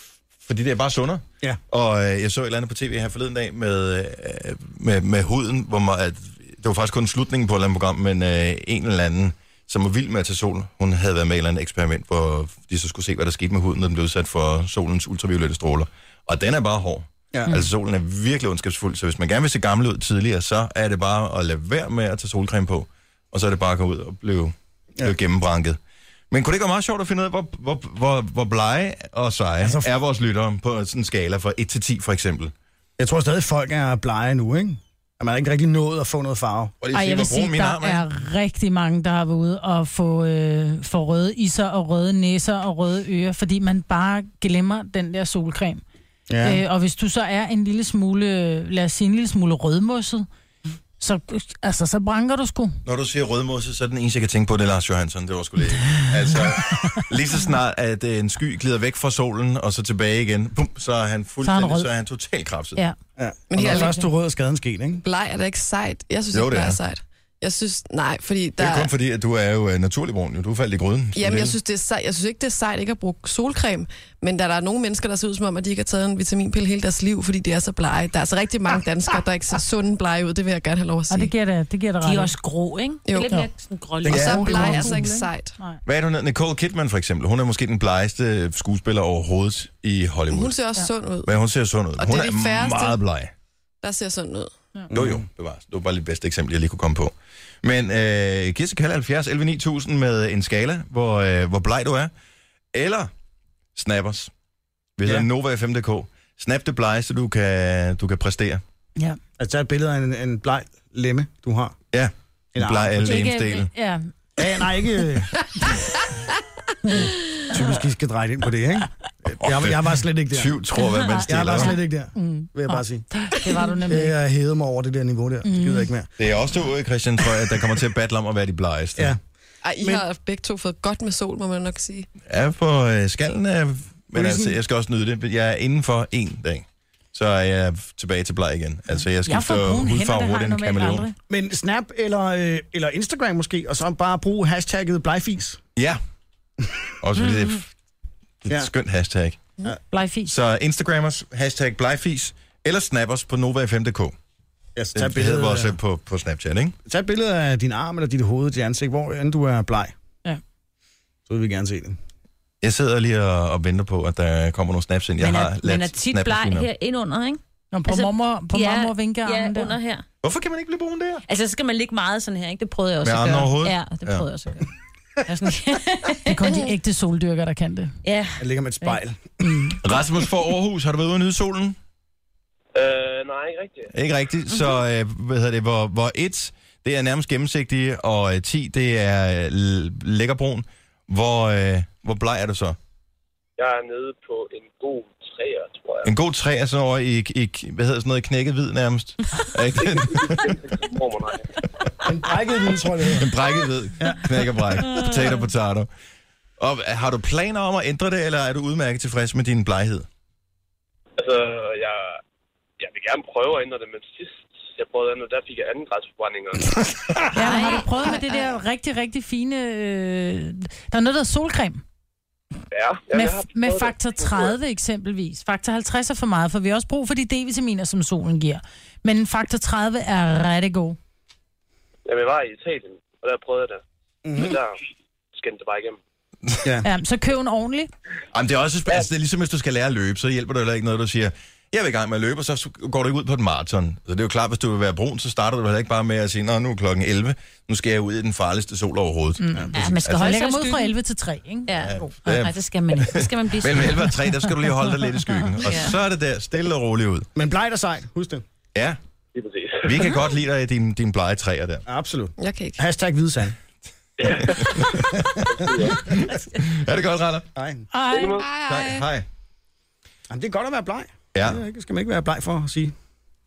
fordi det er bare sundere.
Ja.
Og øh, jeg så et eller andet på tv her forleden dag med, øh, med, med huden, hvor man, at, det var faktisk kun slutningen på et eller andet program, men øh, en eller anden, som var vild med at tage sol, hun havde været med i et eller andet eksperiment, hvor de så skulle se, hvad der skete med huden, når den blev udsat for solens ultraviolette stråler. Og den er bare hård. Ja. Altså solen er virkelig ondskabsfuld, så hvis man gerne vil se gammel ud tidligere, så er det bare at lade være med at tage solcreme på, og så er det bare at gå ud og blive, blive ja. gennembranket. Men kunne det ikke være meget sjovt at finde ud af, hvor, hvor, hvor, hvor blege og seje altså, er vores lyttere på sådan en skala fra et til ti for eksempel?
Jeg tror stadig, folk er blege nu, ikke? At man har ikke rigtig nået at få noget farve.
Ej, jeg vil sige, der arm, er rigtig mange, der har været ude og få, øh, få røde isser og røde næser og røde ører, fordi man bare glemmer den der solcreme. Ja. Øh, og hvis du så er en lille smule, lad os sige, en lille smule rødmosset, så, altså, så branker du sgu.
Når du siger rødmosset, så er den eneste, jeg kan tænke på, det er Lars Johansson. Det var sgu lidt. Altså, lige så snart, at en sky glider væk fra solen, og så tilbage igen, bum, så er han fuldstændig, så er han, så er han totalt krafset.
Ja.
Ja. Men her er først du rød, og skaden sket, ikke?
Bleg er da ikke sejt. Jeg synes
jo,
ikke, det er.
er
sejt. Jeg synes, nej, fordi der...
Det er kun fordi, at du er jo uh, naturlig brun, jo. Du er faldet i gryden.
Jamen, jeg synes, det er sejt. Jeg synes ikke, det er sejt ikke at bruge solcreme, men da der er nogle mennesker, der ser ud som om, at de ikke har taget en vitaminpille hele deres liv, fordi de er så blege. Der er altså rigtig mange danskere, der ikke ser sunde blege ud. Det vil jeg gerne have lov at sige.
Og det giver det, det giver det ret.
De er også grå, ikke?
Jo.
Det er lidt mere sådan grålig.
Og så er blege
ja,
altså ikke sejt. Nej.
Hvad er det, hun hedder? Nicole Kidman for eksempel. Hun er måske den blegeste skuespiller overhovedet i Hollywood.
Hun ser også ja. sund ud.
Men hun ser sund ud.
Og
hun
det er, de
er meget bleg.
Der ser sund ud.
Ja. Jo, jo, det var, det var bare det bedste eksempel, jeg lige kunne komme på. Men øh, Kirsten kalder halvfjerds elleve ni tusind med en skala, hvor, øh, hvor bleg du er. Eller snappers. Vi hedder ja. Nova F M punktum d k. Snap det blegeste, du kan, du kan præstere.
Ja. Altså, tage et billede af en, en bleg lemme, du har.
Ja, en bleg alle lemstele.
Ja.
Ja, nej, ikke... Typisk, I skal dreje ind på det, ikke? Jeg, jeg var slet ikke der.
tyv tror, hvad man stiller.
Jeg var slet ikke der, mm. vil jeg bare sige.
Det var du nemlig.
Jeg hævede mig over det der niveau der. Det gider jeg ikke mere.
Det er også du, Christian, tror jeg, der kommer til at battle om at være de blegeste.
Ja.
Ej, I Men... har begge to fået godt med sol, må man nok sige.
Ja, på øh, skallen er... Men altså, jeg skal også nyde det. Jeg er inden for en dag. Så er jeg tilbage til bleg igen. Altså, jeg skifter hudfarve hurtigt en kameleon.
Men Snap eller, øh, eller Instagram måske, og så bare bruge hashtagget blegfis.
Ja. Også fordi det er et ja. skønt hashtag.
Ja. Blegfis.
Så Instagrammers, hashtag blegfis, eller snappers på Nova F M punktum d k.
Ja, så tag det hedder
også på, på Snapchat, ikke?
Tag et billede af din arm eller dit hoved, dit ansigt, hvor end du er bleg.
Ja.
Så vil vi gerne se det.
Jeg sidder lige og, og venter på, at der kommer nogle snaps ind. Jeg
men er,
har
men er tit bleg her indunder, ikke?
Nå, på altså, mormor, på
ja,
mormor vinkearmen
ja,
der.
under her.
Hvorfor kan man ikke blive brun der?
Altså, så skal man ligge meget sådan her, ikke? Det prøvede jeg også
med
at gøre.
overhovedet?
Ja, det prøvede ja. jeg også at gøre. Jeg sådan...
Det er kun de ægte soldyrker, der kan det.
Ja.
Jeg ligger med et spejl.
Mm.
Rasmus fra Aarhus, har du været ude at nyde solen?
Øh, nej, ikke rigtigt.
Ikke rigtigt. Så øh, hvad hedder det, hvor, hvor et, det er nærmest gennemsigtigt, og ti, det er lækkerbrun. Hvor, øh, hvor bleg er du så?
Jeg er nede på en god træer, tror jeg.
En god træer, sådan over i, i, hvad hedder sådan noget, knækket hvid nærmest? Ikke det?
En brækket hvid, tror jeg det
En brækket hvid. Ja. Knæk og bræk. Potato, potato. Og har du planer om at ændre det, eller er du udmærket tilfreds med din bleghed?
Altså, jeg, jeg vil gerne prøve at ændre det, men sidst jeg prøvede at ændre, der fik jeg anden grads forbrændinger.
Ja, har du prøvet med det der rigtig, rigtig fine... Øh, der er noget, der er solcreme.
Ja, ja,
med, med faktor tredive eksempelvis. Faktor halvtreds er for meget, for vi har også brug for de D-vitaminer, som solen giver. Men faktor tredive er rigtig god.
Jamen, jeg var i Italien, og der prøvede jeg det. Mm-hmm. Men der skændte det bare igennem.
Ja. Ja, så køb en ordentlig.
Jamen, det er også altså, det er ligesom, hvis du skal lære at løbe, så hjælper det heller ikke noget, du siger, jeg vil i gang med at løbe, og så går du ikke ud på et maraton. Så det er jo klart, hvis du vil være brun, så starter du heller ikke bare med at sige, nå, nu er klokken elleve, nu skal jeg ud i den farligste sol overhovedet.
Mm. Ja, ja, man skal holde sig ud fra elleve til tre, ikke?
Ja, ja. ja. Nej, det skal man ikke. Det skal man blive
mellem elleve og tre, der skal du lige holde dig lidt i skyggen. Og så er det der, stille og roligt ud.
Men bleg dig sejt, husk det.
Ja. Vi kan godt lide dig i din, din blege træer der.
Absolut.
Jeg kan ikke.
Hashtag hvidsand.
Er det godt, Raller?
Hej.
Hej.
Hej. Hej.
Jamen, det er godt at være bleg.
Ja.
Det skal man ikke være bleg for at sige.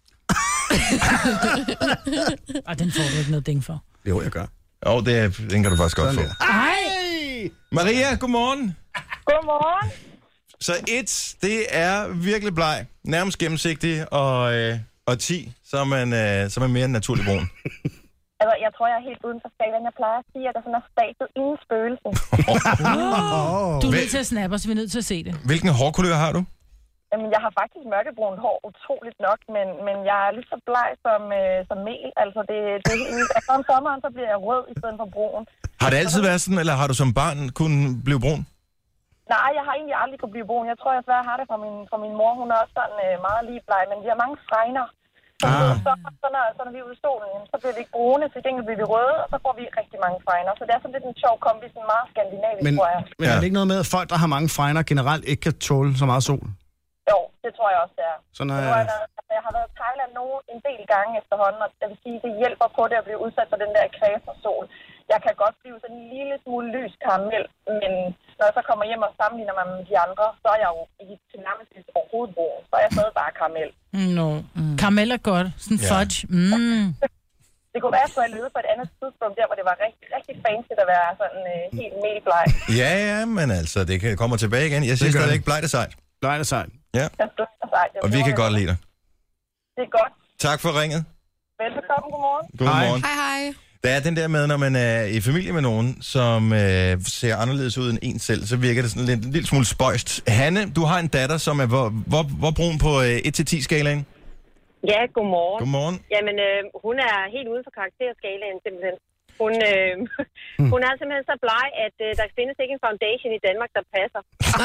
Ej, den får du ikke noget ding for.
Jo, jeg gør.
Jo, det er, den kan du faktisk godt få.
Hej!
Maria, godmorgen.
Godmorgen.
Så et, det er virkelig bleg. Nærmest gennemsigtig, og, øh, og ti, så er man, øh, så er man mere end naturlig brun.
Altså, jeg tror, jeg er helt uden for skalaen. Jeg plejer at sige, at der sådan er statet ingen spøgelse.
Du er nødt til at snappe os, vi er nødt til at se det.
Hvilken hårkulør har du?
Jamen, jeg har faktisk mørkebrunt hår, utroligt nok, men, men jeg er lige så bleg som, øh, som mel. Altså, det, det er helt vildt. Altså, om sommeren, så bliver jeg rød i stedet for brun.
Har det altid været sådan, eller har du som barn kunnet blive brun?
Nej, jeg har egentlig aldrig kunne blive brun. Jeg tror, jeg svært har det fra min, fra min mor. Hun er også sådan øh, meget lige bleg, men vi har mange fregner. Så, ah. så, så, når, så når vi er ude i solen, så bliver vi ikke brune, til gengæld bliver vi røde, og så får vi rigtig mange fregner. Så det er sådan lidt en sjov kombi, sådan meget skandinavisk,
men,
tror jeg.
Men er det ikke noget med, at folk, der har mange fregner, generelt ikke kan tåle så meget sol?
Jo, det tror jeg også, det er.
Så når...
jeg, altså, jeg har været i Thailand nu en del gange efterhånden, og jeg vil sige, det hjælper på det at blive udsat for den der kræfersol. Jeg kan godt blive sådan en lille smule lys karamel, men når jeg så kommer hjem og sammenligner mig med de andre, så er jeg jo ikke til nærmest overhovedet brun. Så er jeg stadig bare karamel.
No. Mm. Karamel er godt. Sådan ja. Fudge. Mm.
Det kunne være, at jeg skulle have levet på et andet tidspunkt, der hvor det var rigtig, rigtig fancy at være sådan øh, helt melbleg.
Ja, ja, men altså, det kan komme tilbage igen. Jeg synes stadig ikke, blegt er sejt.
Blegt er sejt.
Ja. Og vi kan godt lide dig.
Det er godt.
Tak for ringet.
Velbekomme, godmorgen.
Godmorgen.
Hej, hej.
Der er den der med, når man er i familie med nogen, som øh, ser anderledes ud end en selv, så virker det sådan lidt, en lille smule spøjst. Hanne, du har en datter, som er hvor, hvor, hvor brun på øh, et til ti skalaen?
Ja, godmorgen.
Godmorgen.
Jamen, øh, hun er helt ude for karakterskalaen, simpelthen. Hun, øh, hmm. hun er simpelthen så bleg, at øh, der findes ikke en foundation i Danmark, der passer.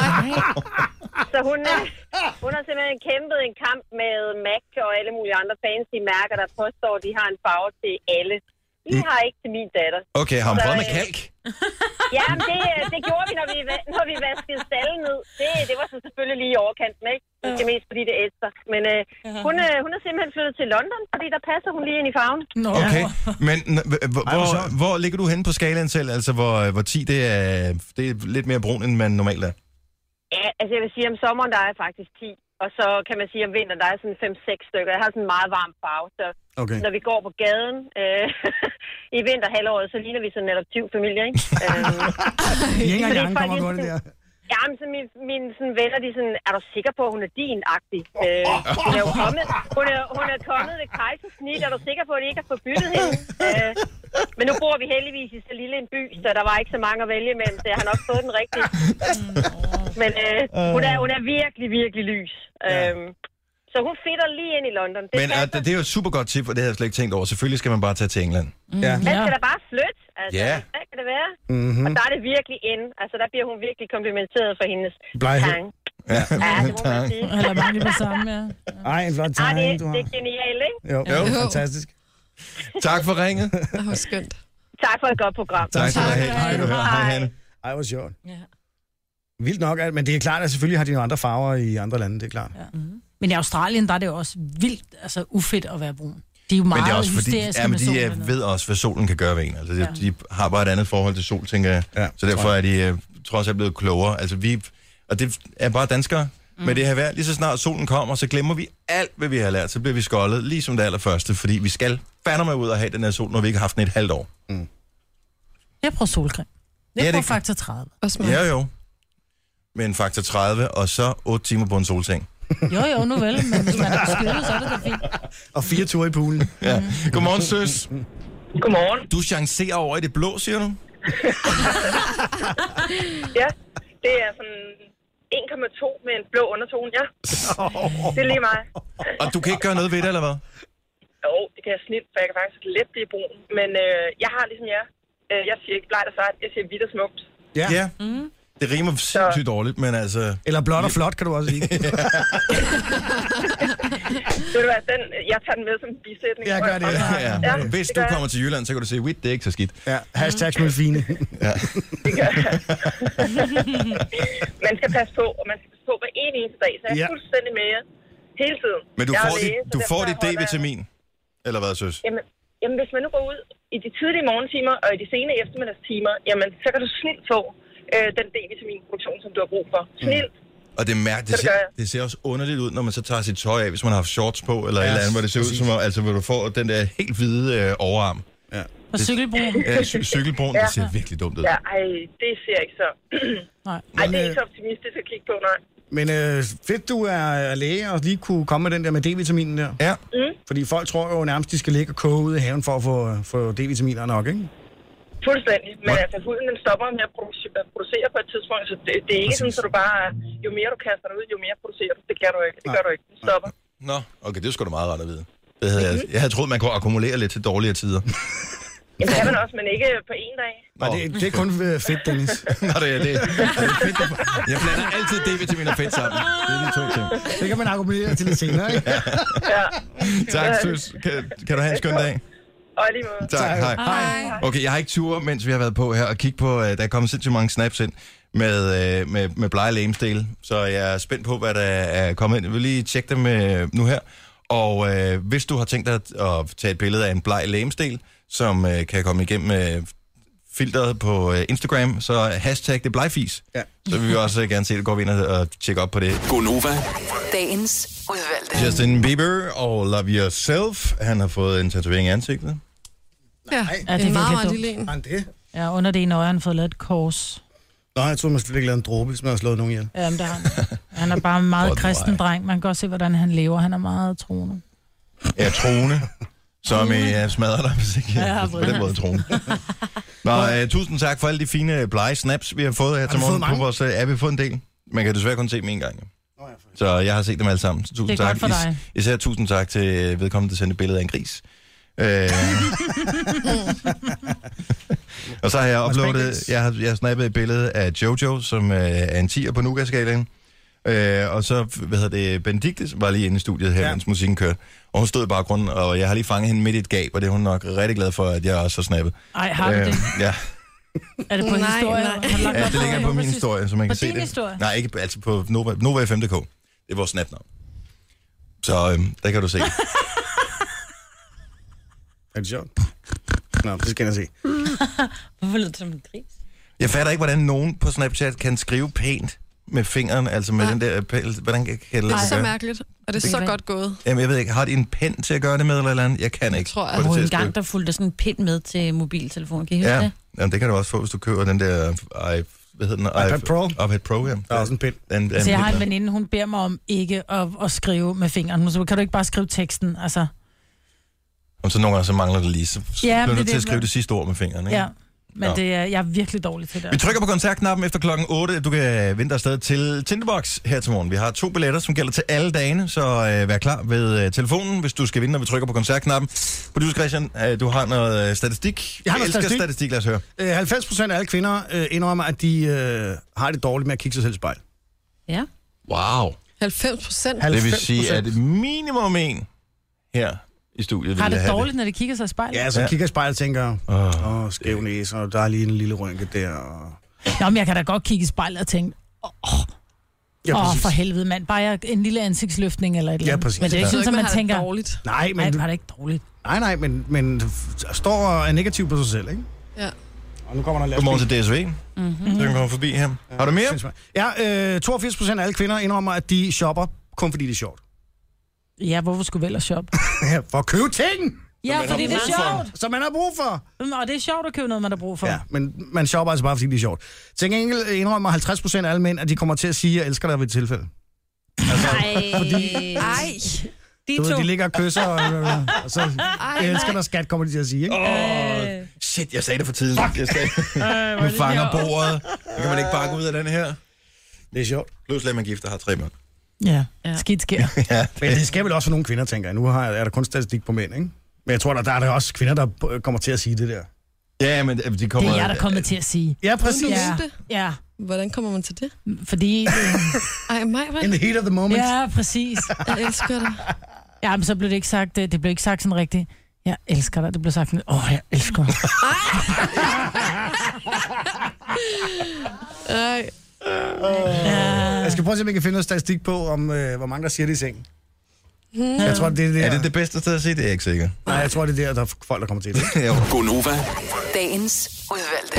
Så hun, øh, hun har simpelthen kæmpet en kamp med MAC og alle mulige andre fancy mærker, der påstår, at de har en farve til alle. I har ikke til min datter.
Okay, har hun
så,
prøvet med kalk?
Ja, det, det gjorde vi, når vi, når vi vaskede stallen ned. Det, det var så selvfølgelig lige i overkanten, ikke? Det er mest fordi det æster. Men øh, hun, øh, hun er simpelthen flyttet til London, fordi der passer hun lige ind i farven.
Okay, men hvor, hvor, hvor ligger du henne på skalaen selv? Altså, hvor, hvor ti det er, det er lidt mere brun, end man normalt er?
Ja, altså jeg vil sige, om sommeren der er faktisk ti. Og så kan man sige, om vinteren der er sådan fem seks stykker. Jeg har sådan en meget varm farve, så okay. Når vi går på gaden øh, i vinterhalvåret, så ligner vi sådan en adoptiv familie, ikke? øhm,
Yin og Yang kommer godt det der.
Ja, men så mine, mine sådan venner, de sådan, er du sikker på, at hun er din-agtig? Øh, hun er jo kommet, hun er, hun er kommet ved kejsersnit, er du sikker på, at de ikke har forbyttet hende? Øh, men nu bor vi heldigvis i så lille en by, så der var ikke så mange at vælge imellem, så jeg har nok fået den rigtige. Men øh, hun, er, hun er virkelig, virkelig lys. Øh, så hun fitter lige ind i London. Det
men er, det er jo et super godt tip, og det havde jeg slet ikke tænkt over. Selvfølgelig skal man bare tage til England.
Mm. Ja. Man skal da bare flytte. Altså,
ja.
Hvad kan det være?
Mm-hmm.
Og der er det virkelig ind. Altså, der bliver hun virkelig komplimenteret for hendes tang.
Ja,
ja, det må man sige.
Eller mange det samme, ja.
Ej, en flot tang,
det,
du har.
Det er genialt, ikke?
Jo, jo. fantastisk.
Tak for ringet.
Det var skønt.
Tak for et godt program.
Tak skal du have. Hej, du hører. Hej, Hanne.
Ej, hvor sjovt. Ja. Vildt nok, men det er klart, at selvfølgelig har de nogle andre farver i andre lande, det er klart.
Ja. Mm-hmm. Men i Australien, der er det jo også vildt altså, ufedt at være brun. De er jo meget
men det er også fordi, ja, men de
solen,
ved også, hvad solen kan gøre ved en. Altså, de,
ja.
de har bare et andet forhold til sol, tænker jeg. Ja, så derfor er de uh, trods alt blevet klogere. Altså, vi, og det er bare danskere mm. med det her vejr. Lige så snart solen kommer, så glemmer vi alt, hvad vi har lært. Så bliver vi skoldet, lige som det allerførste, fordi vi skal fandme ud og have den her sol, når vi ikke har haft den et halvt år. Mm.
Jeg prøver solcreme. Jeg
ja,
prøver
det...
faktor tredive.
Ja, jo. med en faktor tredive, og så otte timer på en solseng.
Jo, jo, nu vel, men hvis man er beskyttet, så er det da fint.
Og fire ture i poolen.
Ja. Godmorgen, søs.
Godmorgen.
Du chancerer over i det blå, siger du?
Ja, det er sådan en komma to med en blå undertone, ja. Det er lige mig.
Og du kan ikke gøre noget ved det, eller hvad?
Jo, det kan jeg snilt, for jeg kan faktisk let blive brun. Men øh, jeg har ligesom jer. Øh, jeg siger ikke blegt og sejt, jeg siger hvidt og smukt.
Ja. ja. Mm. Det rimer sindssygt dårligt, men altså...
Eller blot og flot, kan du også sige.
Ved du hvad, den, jeg tager den med som bisætning.
Ja, gør det.
Ja, ja. Ja, hvis du kommer til Jylland, så kan du sige, hvidt, det er ikke så skidt.
Ja, hashtag smølfine.
Ja.
Det gør jeg. Man skal passe på, og man skal passe på hver en eneste dag, så jeg er ja. fuldstændig med jer hele tiden.
Men du
jeg
får,
læge,
dit, du får dit D-vitamin, eller hvad, søs?
Jamen, jamen, hvis man nu går ud i de tidlige morgentimer og i de sene eftermiddagstimer, jamen, så kan du snilt få øh, den D-vitamin-produktion, som du har brug for. Snilt. Mm.
Og det, mær- det, ser, det ser også underligt ud, når man så tager sit tøj af, hvis man har haft shorts på, eller ja, et eller andet, hvor det ser ud som, altså, hvor du får den der helt hvide øh, overarm.
Ja. Og cykelbrun.
Ja, cy- cykelbrun, ja. Det ser virkelig dumt ud.
Ja, ej, det ser ikke så. Nej. Ej, det er ikke så optimistisk at kigge på, nej.
Men øh, fedt, du er læge og lige kunne komme med den der med D-vitaminen der.
Ja.
Mm.
Fordi folk tror jo nærmest, de skal ligge og koge ud i haven for at få, få D-vitaminer nok, ikke?
Fuldstændig. Men
What?
altså, huden den stopper med at producere på et tidspunkt, så det, det er ikke sådan, så du bare, jo mere du kaster dig ud, jo mere producerer du. Det gør du ikke. Det gør du ikke. Den stopper.
Nå, okay, det er sgu da meget rart at vide. Det havde jeg, jeg havde troet, man kunne akkumulere lidt til dårligere tider.
Jamen, det kan man også, men ikke på én dag.
Nej, det, det er kun fedt, Dennis.
Nå, det er det. det er fedt, jeg blander altid D-vitamin og fedt sammen. Det er de to ting.
Det kan man akkumulere til lidt senere, ikke?
Ja.
Tak, søs. Kan, kan du have en skøn dag?
Og lige måde.
Tak, hej.
Hej.
Okay, jeg har ikke tur, mens vi har været på her, og kigge på, der er kommet sindssygt mange snaps ind med, med, med blege lægemsdele, så jeg er spændt på, hvad der er kommet ind. Jeg vil lige tjekke dem øh, nu her. Og øh, hvis du har tænkt dig at, at tage et billede af en bleg lægemsdel, som øh, kan komme igennem øh, filteret på øh, Instagram, så hashtag det blegfis. Ja. Så vil vi også øh, gerne se, at går vi ind og, og tjekke op på det.
Gonova.
Dagens udvalgte.
Justin Bieber og Love Yourself. Han har fået en tatovering i ansigtet.
Ja,
Ja,
ja
det
det
er
er meget,
virkelig
meget lille en.
Han det?
Ja, under det ene øje har han fået lavet et kors.
Nå, jeg troede, man slet ikke lavede en dråbe, hvis man har slået nogen ihjel.
Jamen, det har han. Han er bare en meget kristen dreng. Man kan godt se, hvordan han lever. Han er meget troende.
Ja, troende. Som jeg smadrer dig, hvis ikke
Ja,
ja, på den måde troende. Nå, uh, tusind tak for alle de fine blege snaps, vi har fået her til morgen på vores uh, app. Vi har fået en del. Man kan desværre kun se dem en gang. Ja. Så jeg har set dem alle sammen. Så tusind
det er
tak.
godt for dig.
Is- især tusind tak til vedkommende, der sendte billeder af en gris. Uh, og så har jeg uploadet, jeg har, jeg har snappet et billede af Jojo, som uh, er en tier på Nougat-skalaen. Uh, og så, hvad hedder det, Benedikte var lige inde i studiet her, ja. Mens musikken kørte. Og hun stod i baggrunden, og jeg har lige fanget hende midt i et gab, og det er hun nok rigtig glad for, at jeg også har snappet.
Ej, har du
uh,
det?
Ja.
Er det på
Nej,
historie?
nej.
Har du lagt
Ja,
op
det ligger på min historie, så man
På
kan se
din
det.
historie?
Nej, ikke altså på Nova, Nova F M punktum d k. Det er vores snapnavn. Så øhm, der kan du se.
Er det sjovt? Nå, det skal jeg se.
Hvorfor lød det som en gris?
Jeg fatter ikke, hvordan nogen på Snapchat kan skrive pænt med fingeren, altså med Nej. den der pæl. Hvordan kan jeg
Det er så
gøre?
mærkeligt, og det er så godt gået.
Jamen, jeg ved ikke, har de en pen til at gøre det med, eller eller andet? Jeg kan ikke.
tror,
få
at-
det
Og
til
en
at skrive.
gang, der fulgte sådan en pind med til mobiltelefonen. Kan I huske
Ja,
det?
jamen, det kan du også få, hvis du køber den der I, hvad hedder den?
iPad Pro.
iPad Pro, ja.
Der er også en pind.
Den, den,
Så jeg har en
den-
veninde, hun beder mig om ikke at, at skrive med fingeren. Så kan du ikke bare skrive teksten, altså...
Og så nogle gange, så mangler det lige. Så
Ja,
ja,
men
bliver du
det-
til at skrive det sidste ord med fingeren, ikke?
Ja, men
Nå.
det er, jeg er virkelig dårlig til det.
Vi trykker på kontaktknappen efter klokken otte. Du kan vente afsted til Tinderbox her til morgen. Vi har to billetter, som gælder til alle dagene, så øh, vær klar ved øh, telefonen, hvis du skal vinde, når vi trykker på kontaktknappen. Producer Christian, øh, du har noget øh, statistik.
Jeg har noget
elsker
statistik.
statistik, lad os høre.
Øh, halvfems procent af alle kvinder øh, indrømmer, at de øh, har det dårligt med at kigge sig selv i spejl.
Ja.
Wow.
halvfems procent.
Det vil sige, at minimum en her i studiet
Har
ville
det
have
dårligt, når de kigger sig i spejlet?
Ja, så
Ja.
kigger i spejlet og tænker,
Åh,
åh, oh, skæv næse, og der er lige en lille rynke der. Og...
Nå, men jeg kan da godt kigge i spejlet og tænke, åh,
Ja,
oh,
præcis.
for helvede mand, bare jeg, en lille ansigtsløftning eller et eller
Ja,
andet.
præcis.
Men det er ikke
Ja.
sådan, at man tænker,
dårligt.
Nej,
nej,
men,
var det ikke dårligt.
nej, nej, men, men står og er negativ på sig selv, ikke?
Ja.
Og nu kommer der en
Godmorgen
lastbil.
til D S V. Mm-hmm. Så kan komme forbi her. Har du mere?
Ja, øh, toogfirs procent af alle kvinder indrømmer, at de shopper, kun fordi det er sjovt.
Ja, hvorfor skulle vel at shoppe?
Ja, for at købe ting,
Ja,
man
fordi
har
det er
brug for.
sjovt.
som man har brug for.
Mm, Og det er sjovt at købe noget, man har brug for.
Ja, men man shopper altså bare, fordi det er sjovt. Til gengæld indrømmer halvtreds procent af alle mænd, at de kommer til at sige, at jeg elsker dig ved et tilfælde. Altså,
Ej.
Ej.
De
du ved,
to.
de ligger og kysser, og, og så jeg elsker dig, skat, kommer de til at sige, ikke?
Åh, shit, jeg sagde det for tidligt. Jeg sagde, nu fanger bordet. Så kan man ikke bare gå ud af den her.
Det er sjovt.
Pludselig er man gift og har tre børn.
Ja,
Ja.
skidt sker.
Ja,
Men det skal vel også for nogle kvinder, tænker jeg. Nu har, er der kun statistik på mænd, ikke? Men jeg tror, der, der er der også kvinder, der p- kommer til at sige det der.
ja, men de
Det
kommer...
er jeg, der kommer til at sige.
Ja, præcis.
Ja,
det?
ja.
Hvordan kommer man til det?
Fordi... øh,
Ej, mig,
In
hvad?
the heat of the moment.
ja, præcis.
Jeg elsker dig.
Ja, men så blev det ikke sagt, det, det blev ikke sagt sådan rigtigt. Jeg elsker dig. Det blev sagt sådan, åh, jeg elsker dig.
Ej.
Jeg skal prøve at se, om jeg kan finde noget statistik på, om øh, hvor mange, der siger det i sengen. Hmm. Jeg tror, det er det
Er
der.
det det bedste sted at se? Det er jeg ikke sikker.
Nej, jeg tror, det er der, der er folk, der kommer til det.
Jo.
Gonova.
Dagens udvalgte.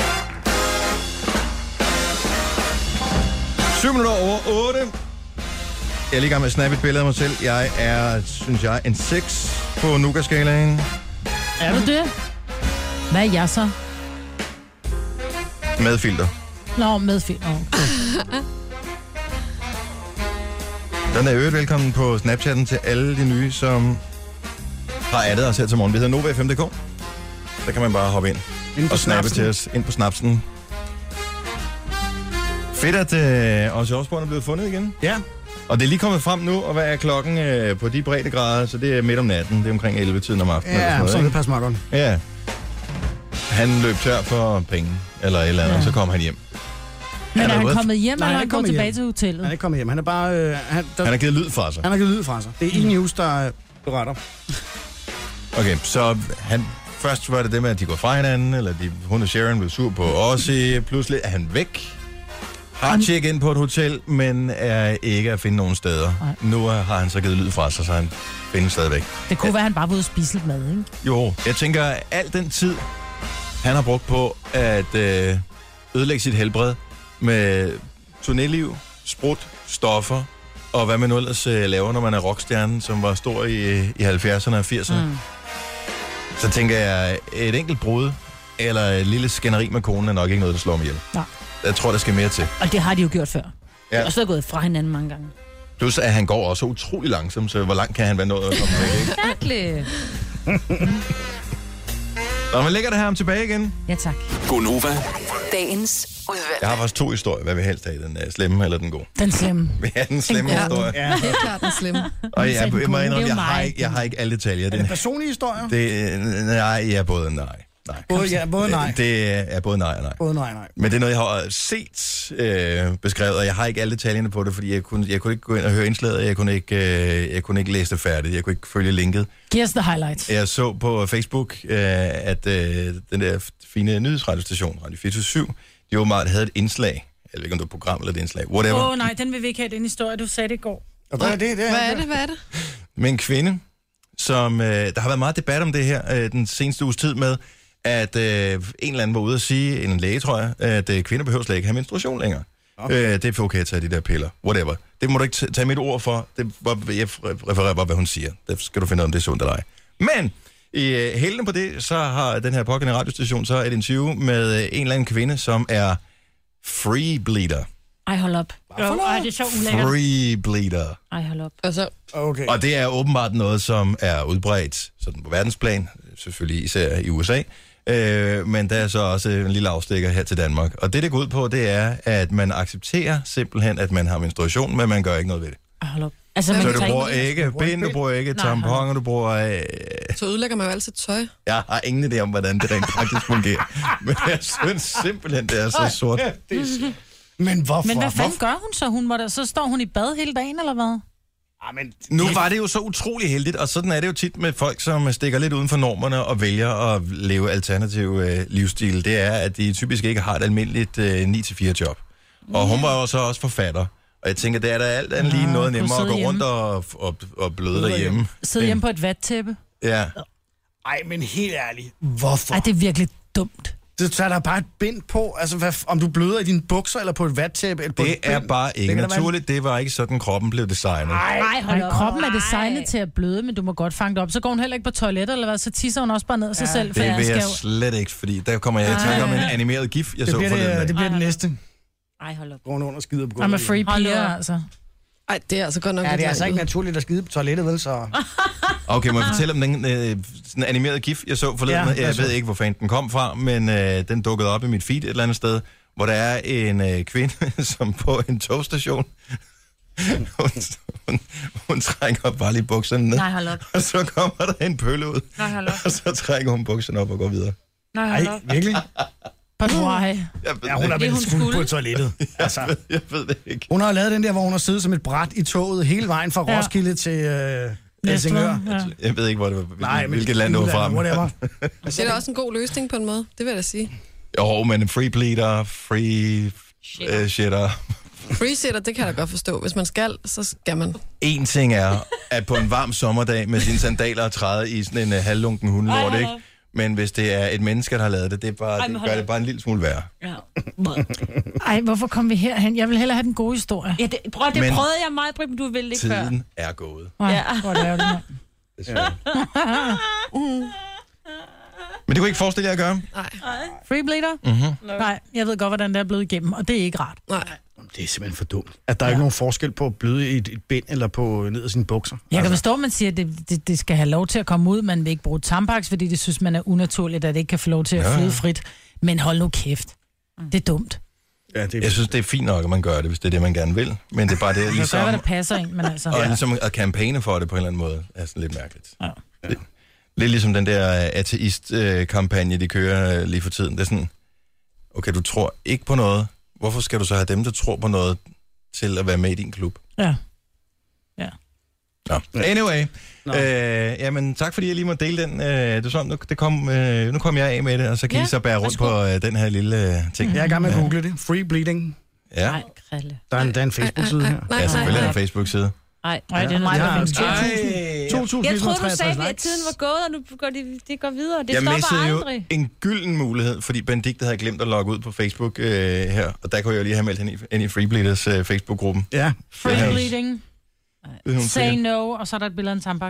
syv minutter over otte. Jeg er lige i gang med at snappe et billede af mig selv. Jeg er, synes jeg, en seks på Nougat-skalaen.
Er du det? Hvad er jeg så?
Med filter.
Nå, med film. Oh.
Den er øvrigt velkommen på Snapchatten til alle de nye, som har addet os her til morgen. Vi hedder Nova F M punktum d k. Der kan man bare hoppe ind. og snappe til os ind på snapsen. Fedt, at øh, Ozzy Osbourne er blevet fundet igen.
Ja.
Og det er lige kommet frem nu, og hvad er klokken øh, på de breddegrader? Så det er midt om natten. Det er omkring elleve-tiden om aftenen.
Ja,
eller
så det passer meget godt.
Ja. Han løb tør for penge, eller et eller andet, ja. Og så kom han hjem.
Men er han
rødt?
kommet hjem,
Nej,
eller er
han
han
er
gået
kommet
tilbage
hjem.
til hotellet?
Han er ikke kommet hjem. Han er bare... Øh, han, der,
Han har givet lyd fra sig.
han har givet lyd fra sig. Det er E! News, der øh, beretter.
Okay, så han, først var det det med, at de går fra hinanden, eller de, hun og Sharon blev sur på Ozzy. Pludselig er han væk. Har tjekket ind på et hotel, men er ikke at finde nogen steder. Nej. Nu har han så givet lyd fra sig, så han findes stadigvæk.
Det kunne ja. være, at han bare var ude og spise lidt mad, ikke?
Jo, jeg tænker, at al den tid, han har brugt på at øh, ødelægge sit helbred med turnéliv, sprut, stoffer, og hvad man nu ellers øh, laver, når man er rockstjernen, som var stor i, i halvfjerdserne og firserne. Mm. Så tænker jeg, et enkelt brud, eller et lille skænderi med konen, er nok ikke noget, der slår mig ihjel. Nej. Jeg tror, der skal mere til.
Og det har de jo gjort før.
Ja.
Og så er gået fra hinanden mange gange.
Plus, at han går også utrolig langsomt, så hvor langt kan han være nået at komme væk, ikke?
Virkelig.
Nå, men lægger det her om tilbage igen.
Ja, tak.
Gonova.
Dagens udvalgte.
Jeg har faktisk to historier. Hvad vil jeg helst have? Den uh, slemme eller den gode?
Den slemme.
Vi har den slemme
Ja,
historie.
ja, det er klart den slemme.
Og jeg, jeg, jeg må indrømme,
Det er
jeg
jo
har
mig.
ikke, jeg har ikke alle detaljer.
Er det personlige historier?
Det, øh, nej, ja, både nej. nej.
Både, ja, både nej.
Det er både nej og nej.
Både nej, nej.
Men det er noget, jeg har set øh, beskrevet, og jeg har ikke alle detaljerne på det, fordi jeg kunne, jeg kunne ikke gå ind og høre indslaget, og jeg kunne ikke, øh, jeg kunne ikke læse det færdigt. Jeg kunne ikke følge linket.
Giv os the highlights.
Jeg så på Facebook, øh, at øh, den der fine nyhedsradiostation, Radio fireogtyve syv, de åbenbart havde et indslag. Jeg ved ikke, om det var et program eller et indslag. Whatever.
Åh oh, nej, den vil vi ikke have, den historie, du sagde det i går.
Og hvad er det? det er,
Hvad er det? Hvad er det?
Med en kvinde, som... Øh, der har været meget debat om det her øh, den seneste uges tid med, at øh, en eller anden var ude at sige, en læge tror jeg, at øh, kvinder behøver slet ikke have menstruation længere. Okay. Øh, det er for okay at tage de der piller. Whatever. Det må du ikke t- tage mit ord for. Det var, jeg refererer bare, hvad hun siger. Det skal du finde ud af, om det er sundt eller ej. Men i øh, hælden på det, så har den her pågældende radiostation så et interview med øh, en eller anden kvinde, som er free bleeder.
Ej, hold op.
Jo, ej, det er så ulækkert.
Free bleeder.
Ej, hold op.
Og så,
okay.
Og det er åbenbart noget, som er udbredt sådan på verdensplan, selvfølgelig især i U S A. Øh, men der er så også en lille afstikker her til Danmark. Og det, det går ud på, det er, at man accepterer simpelthen, at man har menstruation, men man gør ikke noget ved det.
Ej, hold op. Altså,
Så
man
du
kan
bruger
ikke...
ikke bind, du bruger ikke tamponer, du bruger... Øh...
så ødelægger man jo altid tøj.
Jeg har ingen idé om, hvordan det rent praktisk fungerer. Men jeg synes simpelthen, det er så sort.
Men hvorfor?
Men hvad fanden gør hun så? Hun var der, så står hun i bad hele dagen, eller hvad?
Ah, men
Nu var det jo så utrolig heldigt, og sådan er det jo tit med folk, som stikker lidt uden for normerne og vælger at leve alternativ øh, livsstil. Det er, at de typisk ikke har et almindeligt øh, ni til fire job. Og hun var jo så også forfatter. Og jeg tænker, det er da alt andet lige
Ja,
noget
kunne
nemmere at
sidde
gå rundt
hjemme.
og, og, og bløde derhjemme.
Sidde hjemme på et vattæppe.
Ja.
Ej, men helt ærligt. Hvorfor?
Ej, det er virkelig dumt.
Så tager der bare et bind på. Altså, hvad, om du bløder i dine bukser eller på et vattæppe eller på
Det
et
er
bind.
bare ikke
Det kan da
naturligt. Det var ikke sådan, kroppen blev designet.
Ej,
hold
Ej
op.
kroppen er designet til at bløde, men du må godt fange det op. Så går hun heller ikke på toilettet, eller hvad? Så tisser hun også bare ned af sig selv. For
Det
jeg
vil
skal
jeg
jo...
slet ikke, fordi der kommer jeg i tanke om en animeret gif, jeg
Det
så
bliver
forleden
det,
dag.
det, bliver det næste.
Ej, hold op.
Går hun under og skider på
I'm a
gulvet.
free
Hold
peer,
op.
altså.
Ej, det er altså godt nok
Ja,
lidt
det er altså
langt
ikke
ud.
naturligt at skide på toilettet, vel? Så...
Okay, må jeg fortælle om den øh, sådan animerede gif, jeg så forleden?
Ja,
Ja, jeg
altså.
ved ikke, hvor fanden den kom fra, men øh, den dukkede op i mit feed et eller andet sted, hvor der er en øh, kvinde, som på en togstation, hun, hun, hun trækker bare lige bukserne ned,
Nej, hold op.
og så kommer der en pølle ud,
Nej, hold op.
og så trækker hun bukserne op og går videre.
Nej, hold
Ej,
op.
virkelig?
But why?
Jeg ved,
Ja, hun har
Det,
vel
hun
skudt
skulle.
på toilettet. Altså,
jeg, ved, jeg ved det ikke.
hun har lavet den der, hvor hun har siddet som et bræt i toget hele vejen fra
Ja.
Roskilde til øh, Helsingør.
Ja.
Jeg ved ikke, hvor det var, hvilket,
Nej, men
hvilket land det var fra.
Whatever.
Det er da også en god løsning på en måde, det vil jeg da sige.
Jo, men en free bleeder, free
Shitter.
øh, shitter.
Freesitter, det kan jeg da godt forstå. Hvis man skal, så skal man.
En ting er, at på en varm sommerdag med sine sandaler og træde i sådan en uh, halvlunken hundelort,
Ej,
ikke? Men hvis det er et menneske, der har lavet det, det, er bare,
Ej, men
det
hold
gør
op.
det bare en lille smule værre.
Ja.
Ej, hvorfor kom vi herhen? Jeg vil hellere have den gode historie.
Ja, det, prøv, det
Men-
prøvede jeg meget, Britt, men du ville ikke før.
Tiden er gået.
Ej,
Ja.
hvor er det ærgerligt, mand.
Desværre. Men det kunne I ikke forestille jer at gøre?
Nej,
Free bleeder?
Mm-hmm.
Nej, jeg ved godt, hvordan det er blevet igennem, og det er ikke rart.
nej.
Det er simpelthen for dumt. At der ja. er ikke nogen forskel på at bløde i et, et bind eller på ned af sine bukser.
Jeg
altså.
kan forstå, at man siger, at det, det, det skal have lov til at komme ud. Man vil ikke bruge Tampax, fordi det synes man er unaturligt, at det ikke kan få lov til at
ja.
flyde frit. Men hold nu kæft. Det er dumt.
Ja, det er...
Jeg synes, det er fint nok, at man gør det, hvis det er det, man gerne vil. Men det er bare det, ligesom...
Det gør, hvad der passer ind, men altså...
Og
Ja.
ligesom at kampagne for det på en eller anden måde, er sådan lidt mærkeligt.
Ja.
Lidt, lidt ligesom den der ateist-kampagne, de kører lige for tiden. Det er sådan, okay, du tror ikke på noget. Hvorfor skal du så have dem, der tror på noget, til at være med i din klub?
Ja. Ja.
Nå. Anyway. Øh, jamen, tak fordi jeg lige måtte dele den. Øh, det er sådan, nu, det kom, øh, nu kom jeg af med det, og så kan ja, I så bære rundt på øh, den her lille øh, ting.
Jeg er i gang med at google det. Free bleeding.
Ja.
Nej, Krille.
Der er en, der er en Facebook-side her.
Ja, selvfølgelig er der en Facebook-side.
Nej,
Nej, det er noget, der findes.
to tusind
Jeg troede, du sagde, at tiden var gået, og nu går de, de går videre. Det
jeg
stopper
missede jo
aldrig.
en gylden mulighed, fordi Benedikte havde glemt at logge ud på Facebook øh, her, og der kunne jeg jo lige have meldt hende i, ind i Freebleeders øh, Facebook-gruppen.
Ja.
Free bleeding.
Say
Say no, og så er der et billede af en Tampax.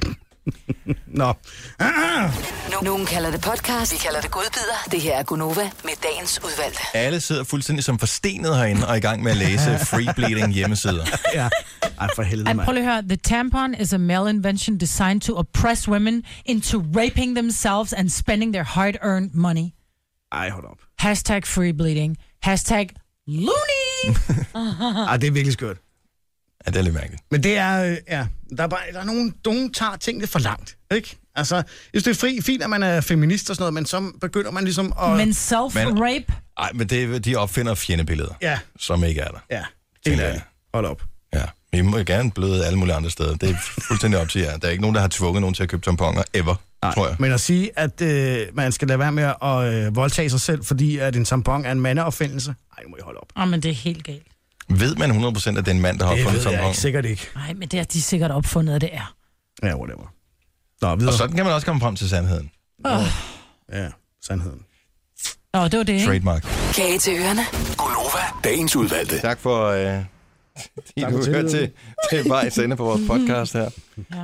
Nå.
Nogen kalder det podcast, vi kalder det godbider. Det her er Gunova med dagens udvalgte.
Alle sidder fuldstændig som forstenet herinde og er i gang med at læse Freebleeding hjemmesider.
Ja. Ej, for helvede,
Ej,
mand.
prøv lige at høre. The tampon is a male invention designed to oppress women into raping themselves and spending their hard-earned money.
Ej, hold op.
Hashtag free bleeding. Hashtag loony.
Ej, det er virkelig skørt.
Ja, det er lidt mærkeligt.
Men det er, øh, ja, der er bare, der er nogen, nogen tager tingene for langt, ikke? Altså, jeg synes, det er fri, fint, at man er feminist og sådan noget, men så begynder man ligesom at...
Men self-rape?
Nej, men det, de opfinder fjendebilleder,
Ja.
som ikke er der.
Ja,
Tænker
helt
jeg.
Hold op.
Ja, men I må gerne bløde alle mulige andre steder. Det er fuldstændig op til jer. Der er ikke nogen, der har tvunget nogen til at købe tamponer, ever,
Nej,
tror jeg.
men at sige, at øh, man skal lade være med at øh, voldtage sig selv, fordi at en tampon er en mandeopfindelse. Ej, nu må I holde op.
Åh, men det er helt galt.
Ved man hundrede procent, at det er en mand, der har
Det
opfundet
ved jeg
tampon?
ikke, sikkert ikke.
Nej, men det er de sikkert opfundet, at det er.
Ja, whatever. Nå, videre.
Og sådan kan man også komme frem til sandheden.
Oh.
Ja, sandheden.
Nå, det var det, ikke?
Trademark.
Kage til ørerne.
Gunova, dagens udvalgte.
Tak for, øh, I
Tak
du
for
hører til, til vejs ende på vores podcast her.
Ja.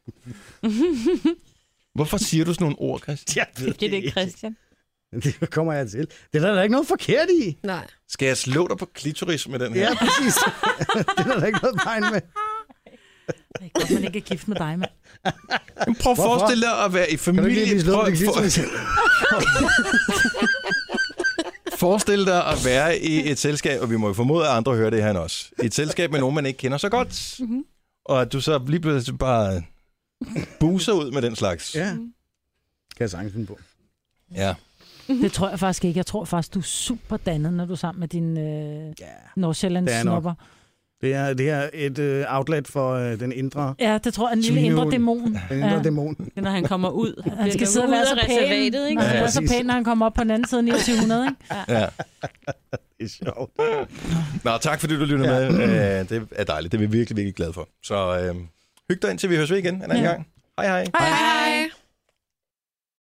Hvorfor siger du sådan nogle ord, Christian?
Jeg ved
Det er det ikke, Christian.
Det kommer jeg til. Det er der, der ikke noget forkert i.
Nej.
Skal jeg slå dig på klitoris med den her?
Ja, præcis. Det er der ikke noget vejen med.
Det er godt, man ikke er gift med dig, mand.
Men prøv at
Hvorfor?
forestille dig at være i
Kan du ikke lige
familie.
blive slået
Prøv,
på din
for,
klitoris?
forestil dig at være i et selskab, og vi må jo formode, at andre hører det her også. I et selskab med nogen, man ikke kender så godt. Mm-hmm. Og at du så lige pludselig bare buser ud med den slags.
Ja. Kan jeg sagtens finde på.
Ja.
Det tror jeg faktisk ikke. Jeg tror faktisk, du er super dannet, når du er sammen med dine øh,
Ja.
Nordsjællands
Det er nok.
snopper.
Det er, det er et øh, outlet for øh, den indre,
Ja, det tror jeg, en lille
Tvivl.
indre dæmon.
den indre
Ja.
dæmon.
Det er, når han kommer ud.
Han skal sidde og være så pæn.
Reservatet, ikke?
Når han
Ja,
er så
præcis.
pæn, når han kommer op på den anden side niogtyve hundrede, ikke?
Ja.
Det er sjovt.
Nå, tak fordi du lytter
Ja.
med. Øh, det er dejligt. Det er vi virkelig, virkelig glade for. Så øh, hyg dig indtil vi høres ved igen en anden
Ja.
gang. Hej hej.
Hej, hej.